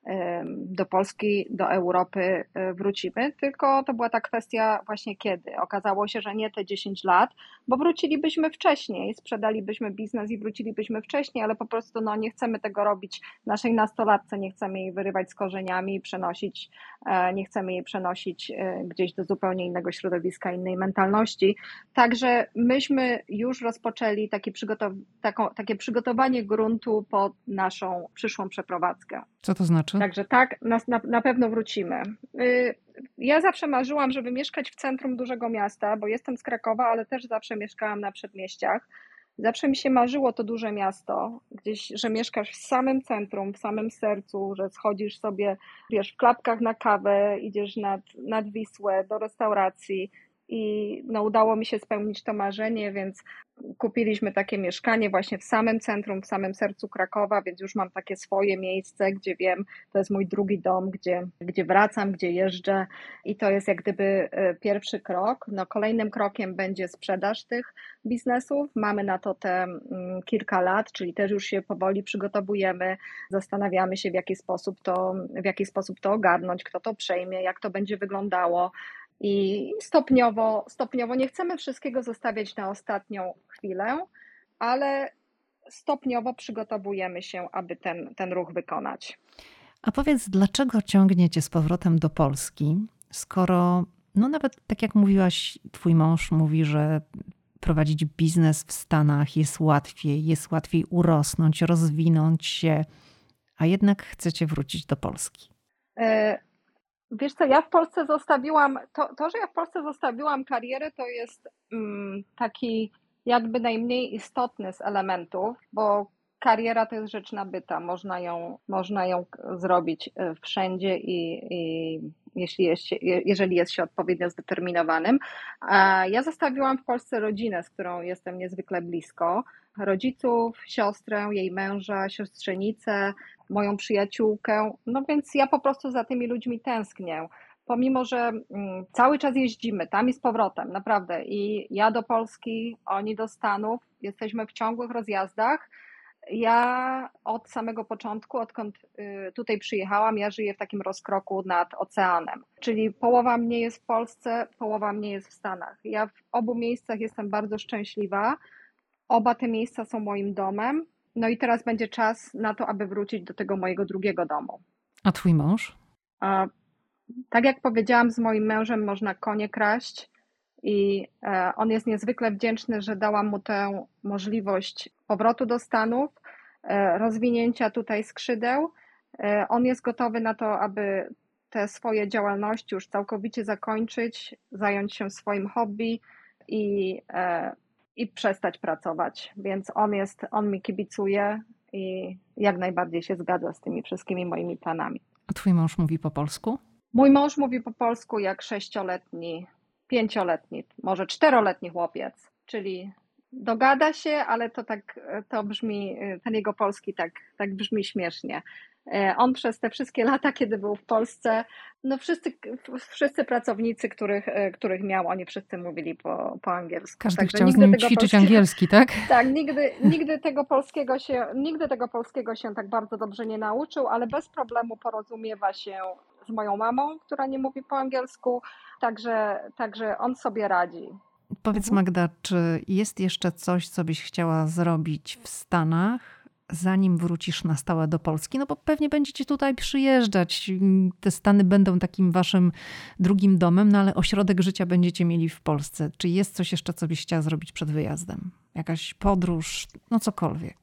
do Polski, do Europy wrócimy, tylko to była ta kwestia właśnie kiedy. Okazało się, że nie te dziesięć lat, bo wrócilibyśmy wcześniej, sprzedalibyśmy biznes i wrócilibyśmy wcześniej, ale po prostu no, nie chcemy tego robić naszej nastolatce, nie chcemy jej wyrywać z korzeniami, przenosić, nie chcemy jej przenosić gdzieś do zupełnie innego środowiska, innej mentalności. Także myśmy już rozpoczęli takie, przygotow- taką, takie przygotowanie gruntu pod naszą przyszłą przeprowadzkę. Co to znaczy? Także tak, na, na, na pewno wrócimy. Ja zawsze marzyłam, żeby mieszkać w centrum dużego miasta, bo jestem z Krakowa, ale też zawsze mieszkałam na przedmieściach. Zawsze mi się marzyło to duże miasto, gdzieś, że mieszkasz w samym centrum, w samym sercu, że schodzisz sobie, wiesz, w klapkach na kawę, idziesz nad, nad Wisłę do restauracji i no, udało mi się spełnić to marzenie, więc kupiliśmy takie mieszkanie właśnie w samym centrum, w samym sercu Krakowa, więc już mam takie swoje miejsce, gdzie wiem, to jest mój drugi dom, gdzie, gdzie wracam, gdzie jeżdżę i to jest jak gdyby pierwszy krok. No, kolejnym krokiem będzie sprzedaż tych biznesów. Mamy na to te kilka lat, czyli też już się powoli przygotowujemy, zastanawiamy się w jaki sposób to, w jaki sposób to ogarnąć, kto to przejmie, jak to będzie wyglądało. I stopniowo, stopniowo nie chcemy wszystkiego zostawiać na ostatnią chwilę, ale stopniowo przygotowujemy się, aby ten, ten ruch wykonać. A powiedz, dlaczego ciągniecie z powrotem do Polski, skoro, no nawet tak jak mówiłaś, twój mąż mówi, że prowadzić biznes w Stanach jest łatwiej, jest łatwiej urosnąć, rozwinąć się, a jednak chcecie wrócić do Polski? E- Wiesz co, ja w Polsce zostawiłam, to, to, że ja w Polsce zostawiłam karierę, to jest mm, taki jakby najmniej istotny z elementów, bo kariera to jest rzecz nabyta, można ją, można ją zrobić wszędzie i, i jeśli jest się, jeżeli jest się odpowiednio zdeterminowanym. A ja zostawiłam w Polsce rodzinę, z którą jestem niezwykle blisko, rodziców, siostrę, jej męża, siostrzenicę, moją przyjaciółkę, no więc ja po prostu za tymi ludźmi tęsknię. Pomimo, że cały czas jeździmy tam i z powrotem, naprawdę. I ja do Polski, oni do Stanów, jesteśmy w ciągłych rozjazdach. Ja od samego początku, odkąd tutaj przyjechałam, ja żyję w takim rozkroku nad oceanem. Czyli połowa mnie jest w Polsce, połowa mnie jest w Stanach. Ja w obu miejscach jestem bardzo szczęśliwa. Oba te miejsca są moim domem. No i teraz będzie czas na to, aby wrócić do tego mojego drugiego domu. A twój mąż? A, tak jak powiedziałam, z moim mężem można konie kraść i e, on jest niezwykle wdzięczny, że dałam mu tę możliwość powrotu do Stanów, e, rozwinięcia tutaj skrzydeł. E, on jest gotowy na to, aby te swoje działalności już całkowicie zakończyć, zająć się swoim hobby i e, i przestać pracować, więc on jest, on mi kibicuje i jak najbardziej się zgadza z tymi wszystkimi moimi planami. A twój mąż mówi po polsku? Mój mąż mówi po polsku jak sześcioletni, pięcioletni, może czteroletni chłopiec, czyli dogada się, ale to tak, to brzmi, ten jego polski tak, tak brzmi śmiesznie. On przez te wszystkie lata, kiedy był w Polsce, no wszyscy, wszyscy pracownicy, których, których miał, oni wszyscy mówili po, po angielsku. Każdy Także chciał z nim ćwiczyć polskiego, angielski, tak? Tak, nigdy, nigdy tego polskiego się, nigdy tego polskiego się tak bardzo dobrze nie nauczył, ale bez problemu porozumiewa się z moją mamą, która nie mówi po angielsku, także, także on sobie radzi. Powiedz Magda, czy jest jeszcze coś, co byś chciała zrobić w Stanach, zanim wrócisz na stałe do Polski? No bo pewnie będziecie tutaj przyjeżdżać. Te Stany będą takim waszym drugim domem, no ale ośrodek życia będziecie mieli w Polsce. Czy jest coś jeszcze, co byś chciała zrobić przed wyjazdem? Jakaś podróż, no cokolwiek.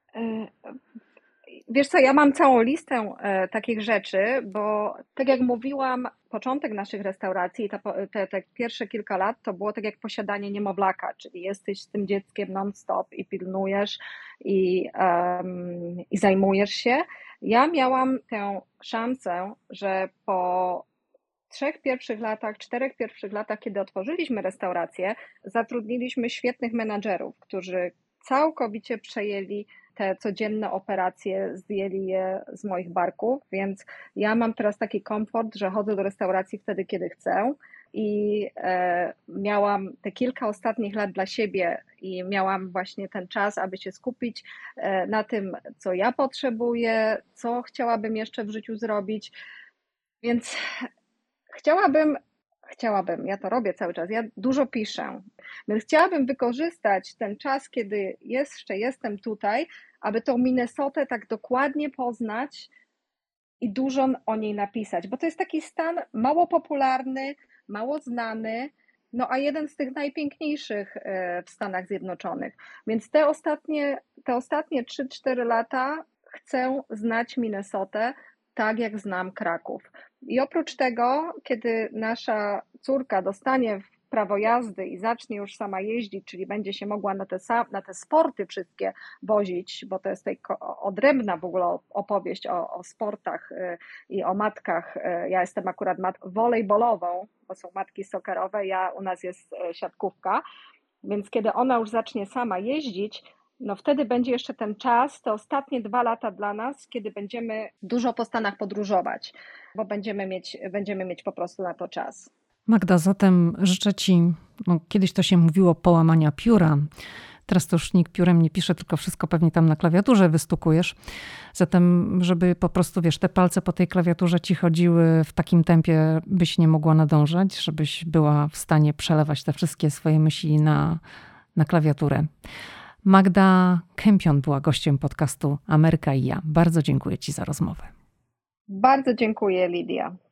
Wiesz co, ja mam całą listę e, takich rzeczy, bo tak jak mówiłam, początek naszych restauracji, te, te, te pierwsze kilka lat to było tak jak posiadanie niemowlaka, czyli jesteś z tym dzieckiem non-stop i pilnujesz i, um, i zajmujesz się. Ja miałam tę szansę, że po trzech pierwszych latach, czterech pierwszych latach, kiedy otworzyliśmy restaurację, zatrudniliśmy świetnych menadżerów, którzy całkowicie przejęli te codzienne operacje, zdjęli je z moich barków, więc ja mam teraz taki komfort, że chodzę do restauracji wtedy, kiedy chcę i e, miałam te kilka ostatnich lat dla siebie i miałam właśnie ten czas, aby się skupić e, na tym, co ja potrzebuję, co chciałabym jeszcze w życiu zrobić, więc chciałabym Chciałabym, ja to robię cały czas, ja dużo piszę, więc chciałabym wykorzystać ten czas, kiedy jeszcze jestem tutaj, aby tą Minnesotę tak dokładnie poznać i dużo o niej napisać, bo to jest taki stan mało popularny, mało znany, no a jeden z tych najpiękniejszych w Stanach Zjednoczonych. Więc te ostatnie, te ostatnie trzy cztery lata chcę znać Minnesotę tak, jak znam Kraków. I oprócz tego, kiedy nasza córka dostanie w prawo jazdy i zacznie już sama jeździć, czyli będzie się mogła na te, na te sporty wszystkie wozić, bo to jest tutaj odrębna w ogóle opowieść o, o sportach i o matkach. Ja jestem akurat matką wolejbolową, bo są matki soccerowe, ja, u nas jest siatkówka, więc kiedy ona już zacznie sama jeździć, no wtedy będzie jeszcze ten czas, te ostatnie dwa lata dla nas, kiedy będziemy dużo po Stanach podróżować, bo będziemy mieć, będziemy mieć po prostu na to czas. Magda, zatem życzę Ci, no kiedyś to się mówiło połamania pióra, teraz to już nikt piórem nie pisze, tylko wszystko pewnie tam na klawiaturze wystukujesz. Zatem, żeby po prostu, wiesz, te palce po tej klawiaturze ci chodziły w takim tempie, byś nie mogła nadążać, żebyś była w stanie przelewać te wszystkie swoje myśli na, na klawiaturę. Magda Kępion była gościem podcastu Ameryka i ja. Bardzo dziękuję Ci za rozmowę. Bardzo dziękuję, Lidia.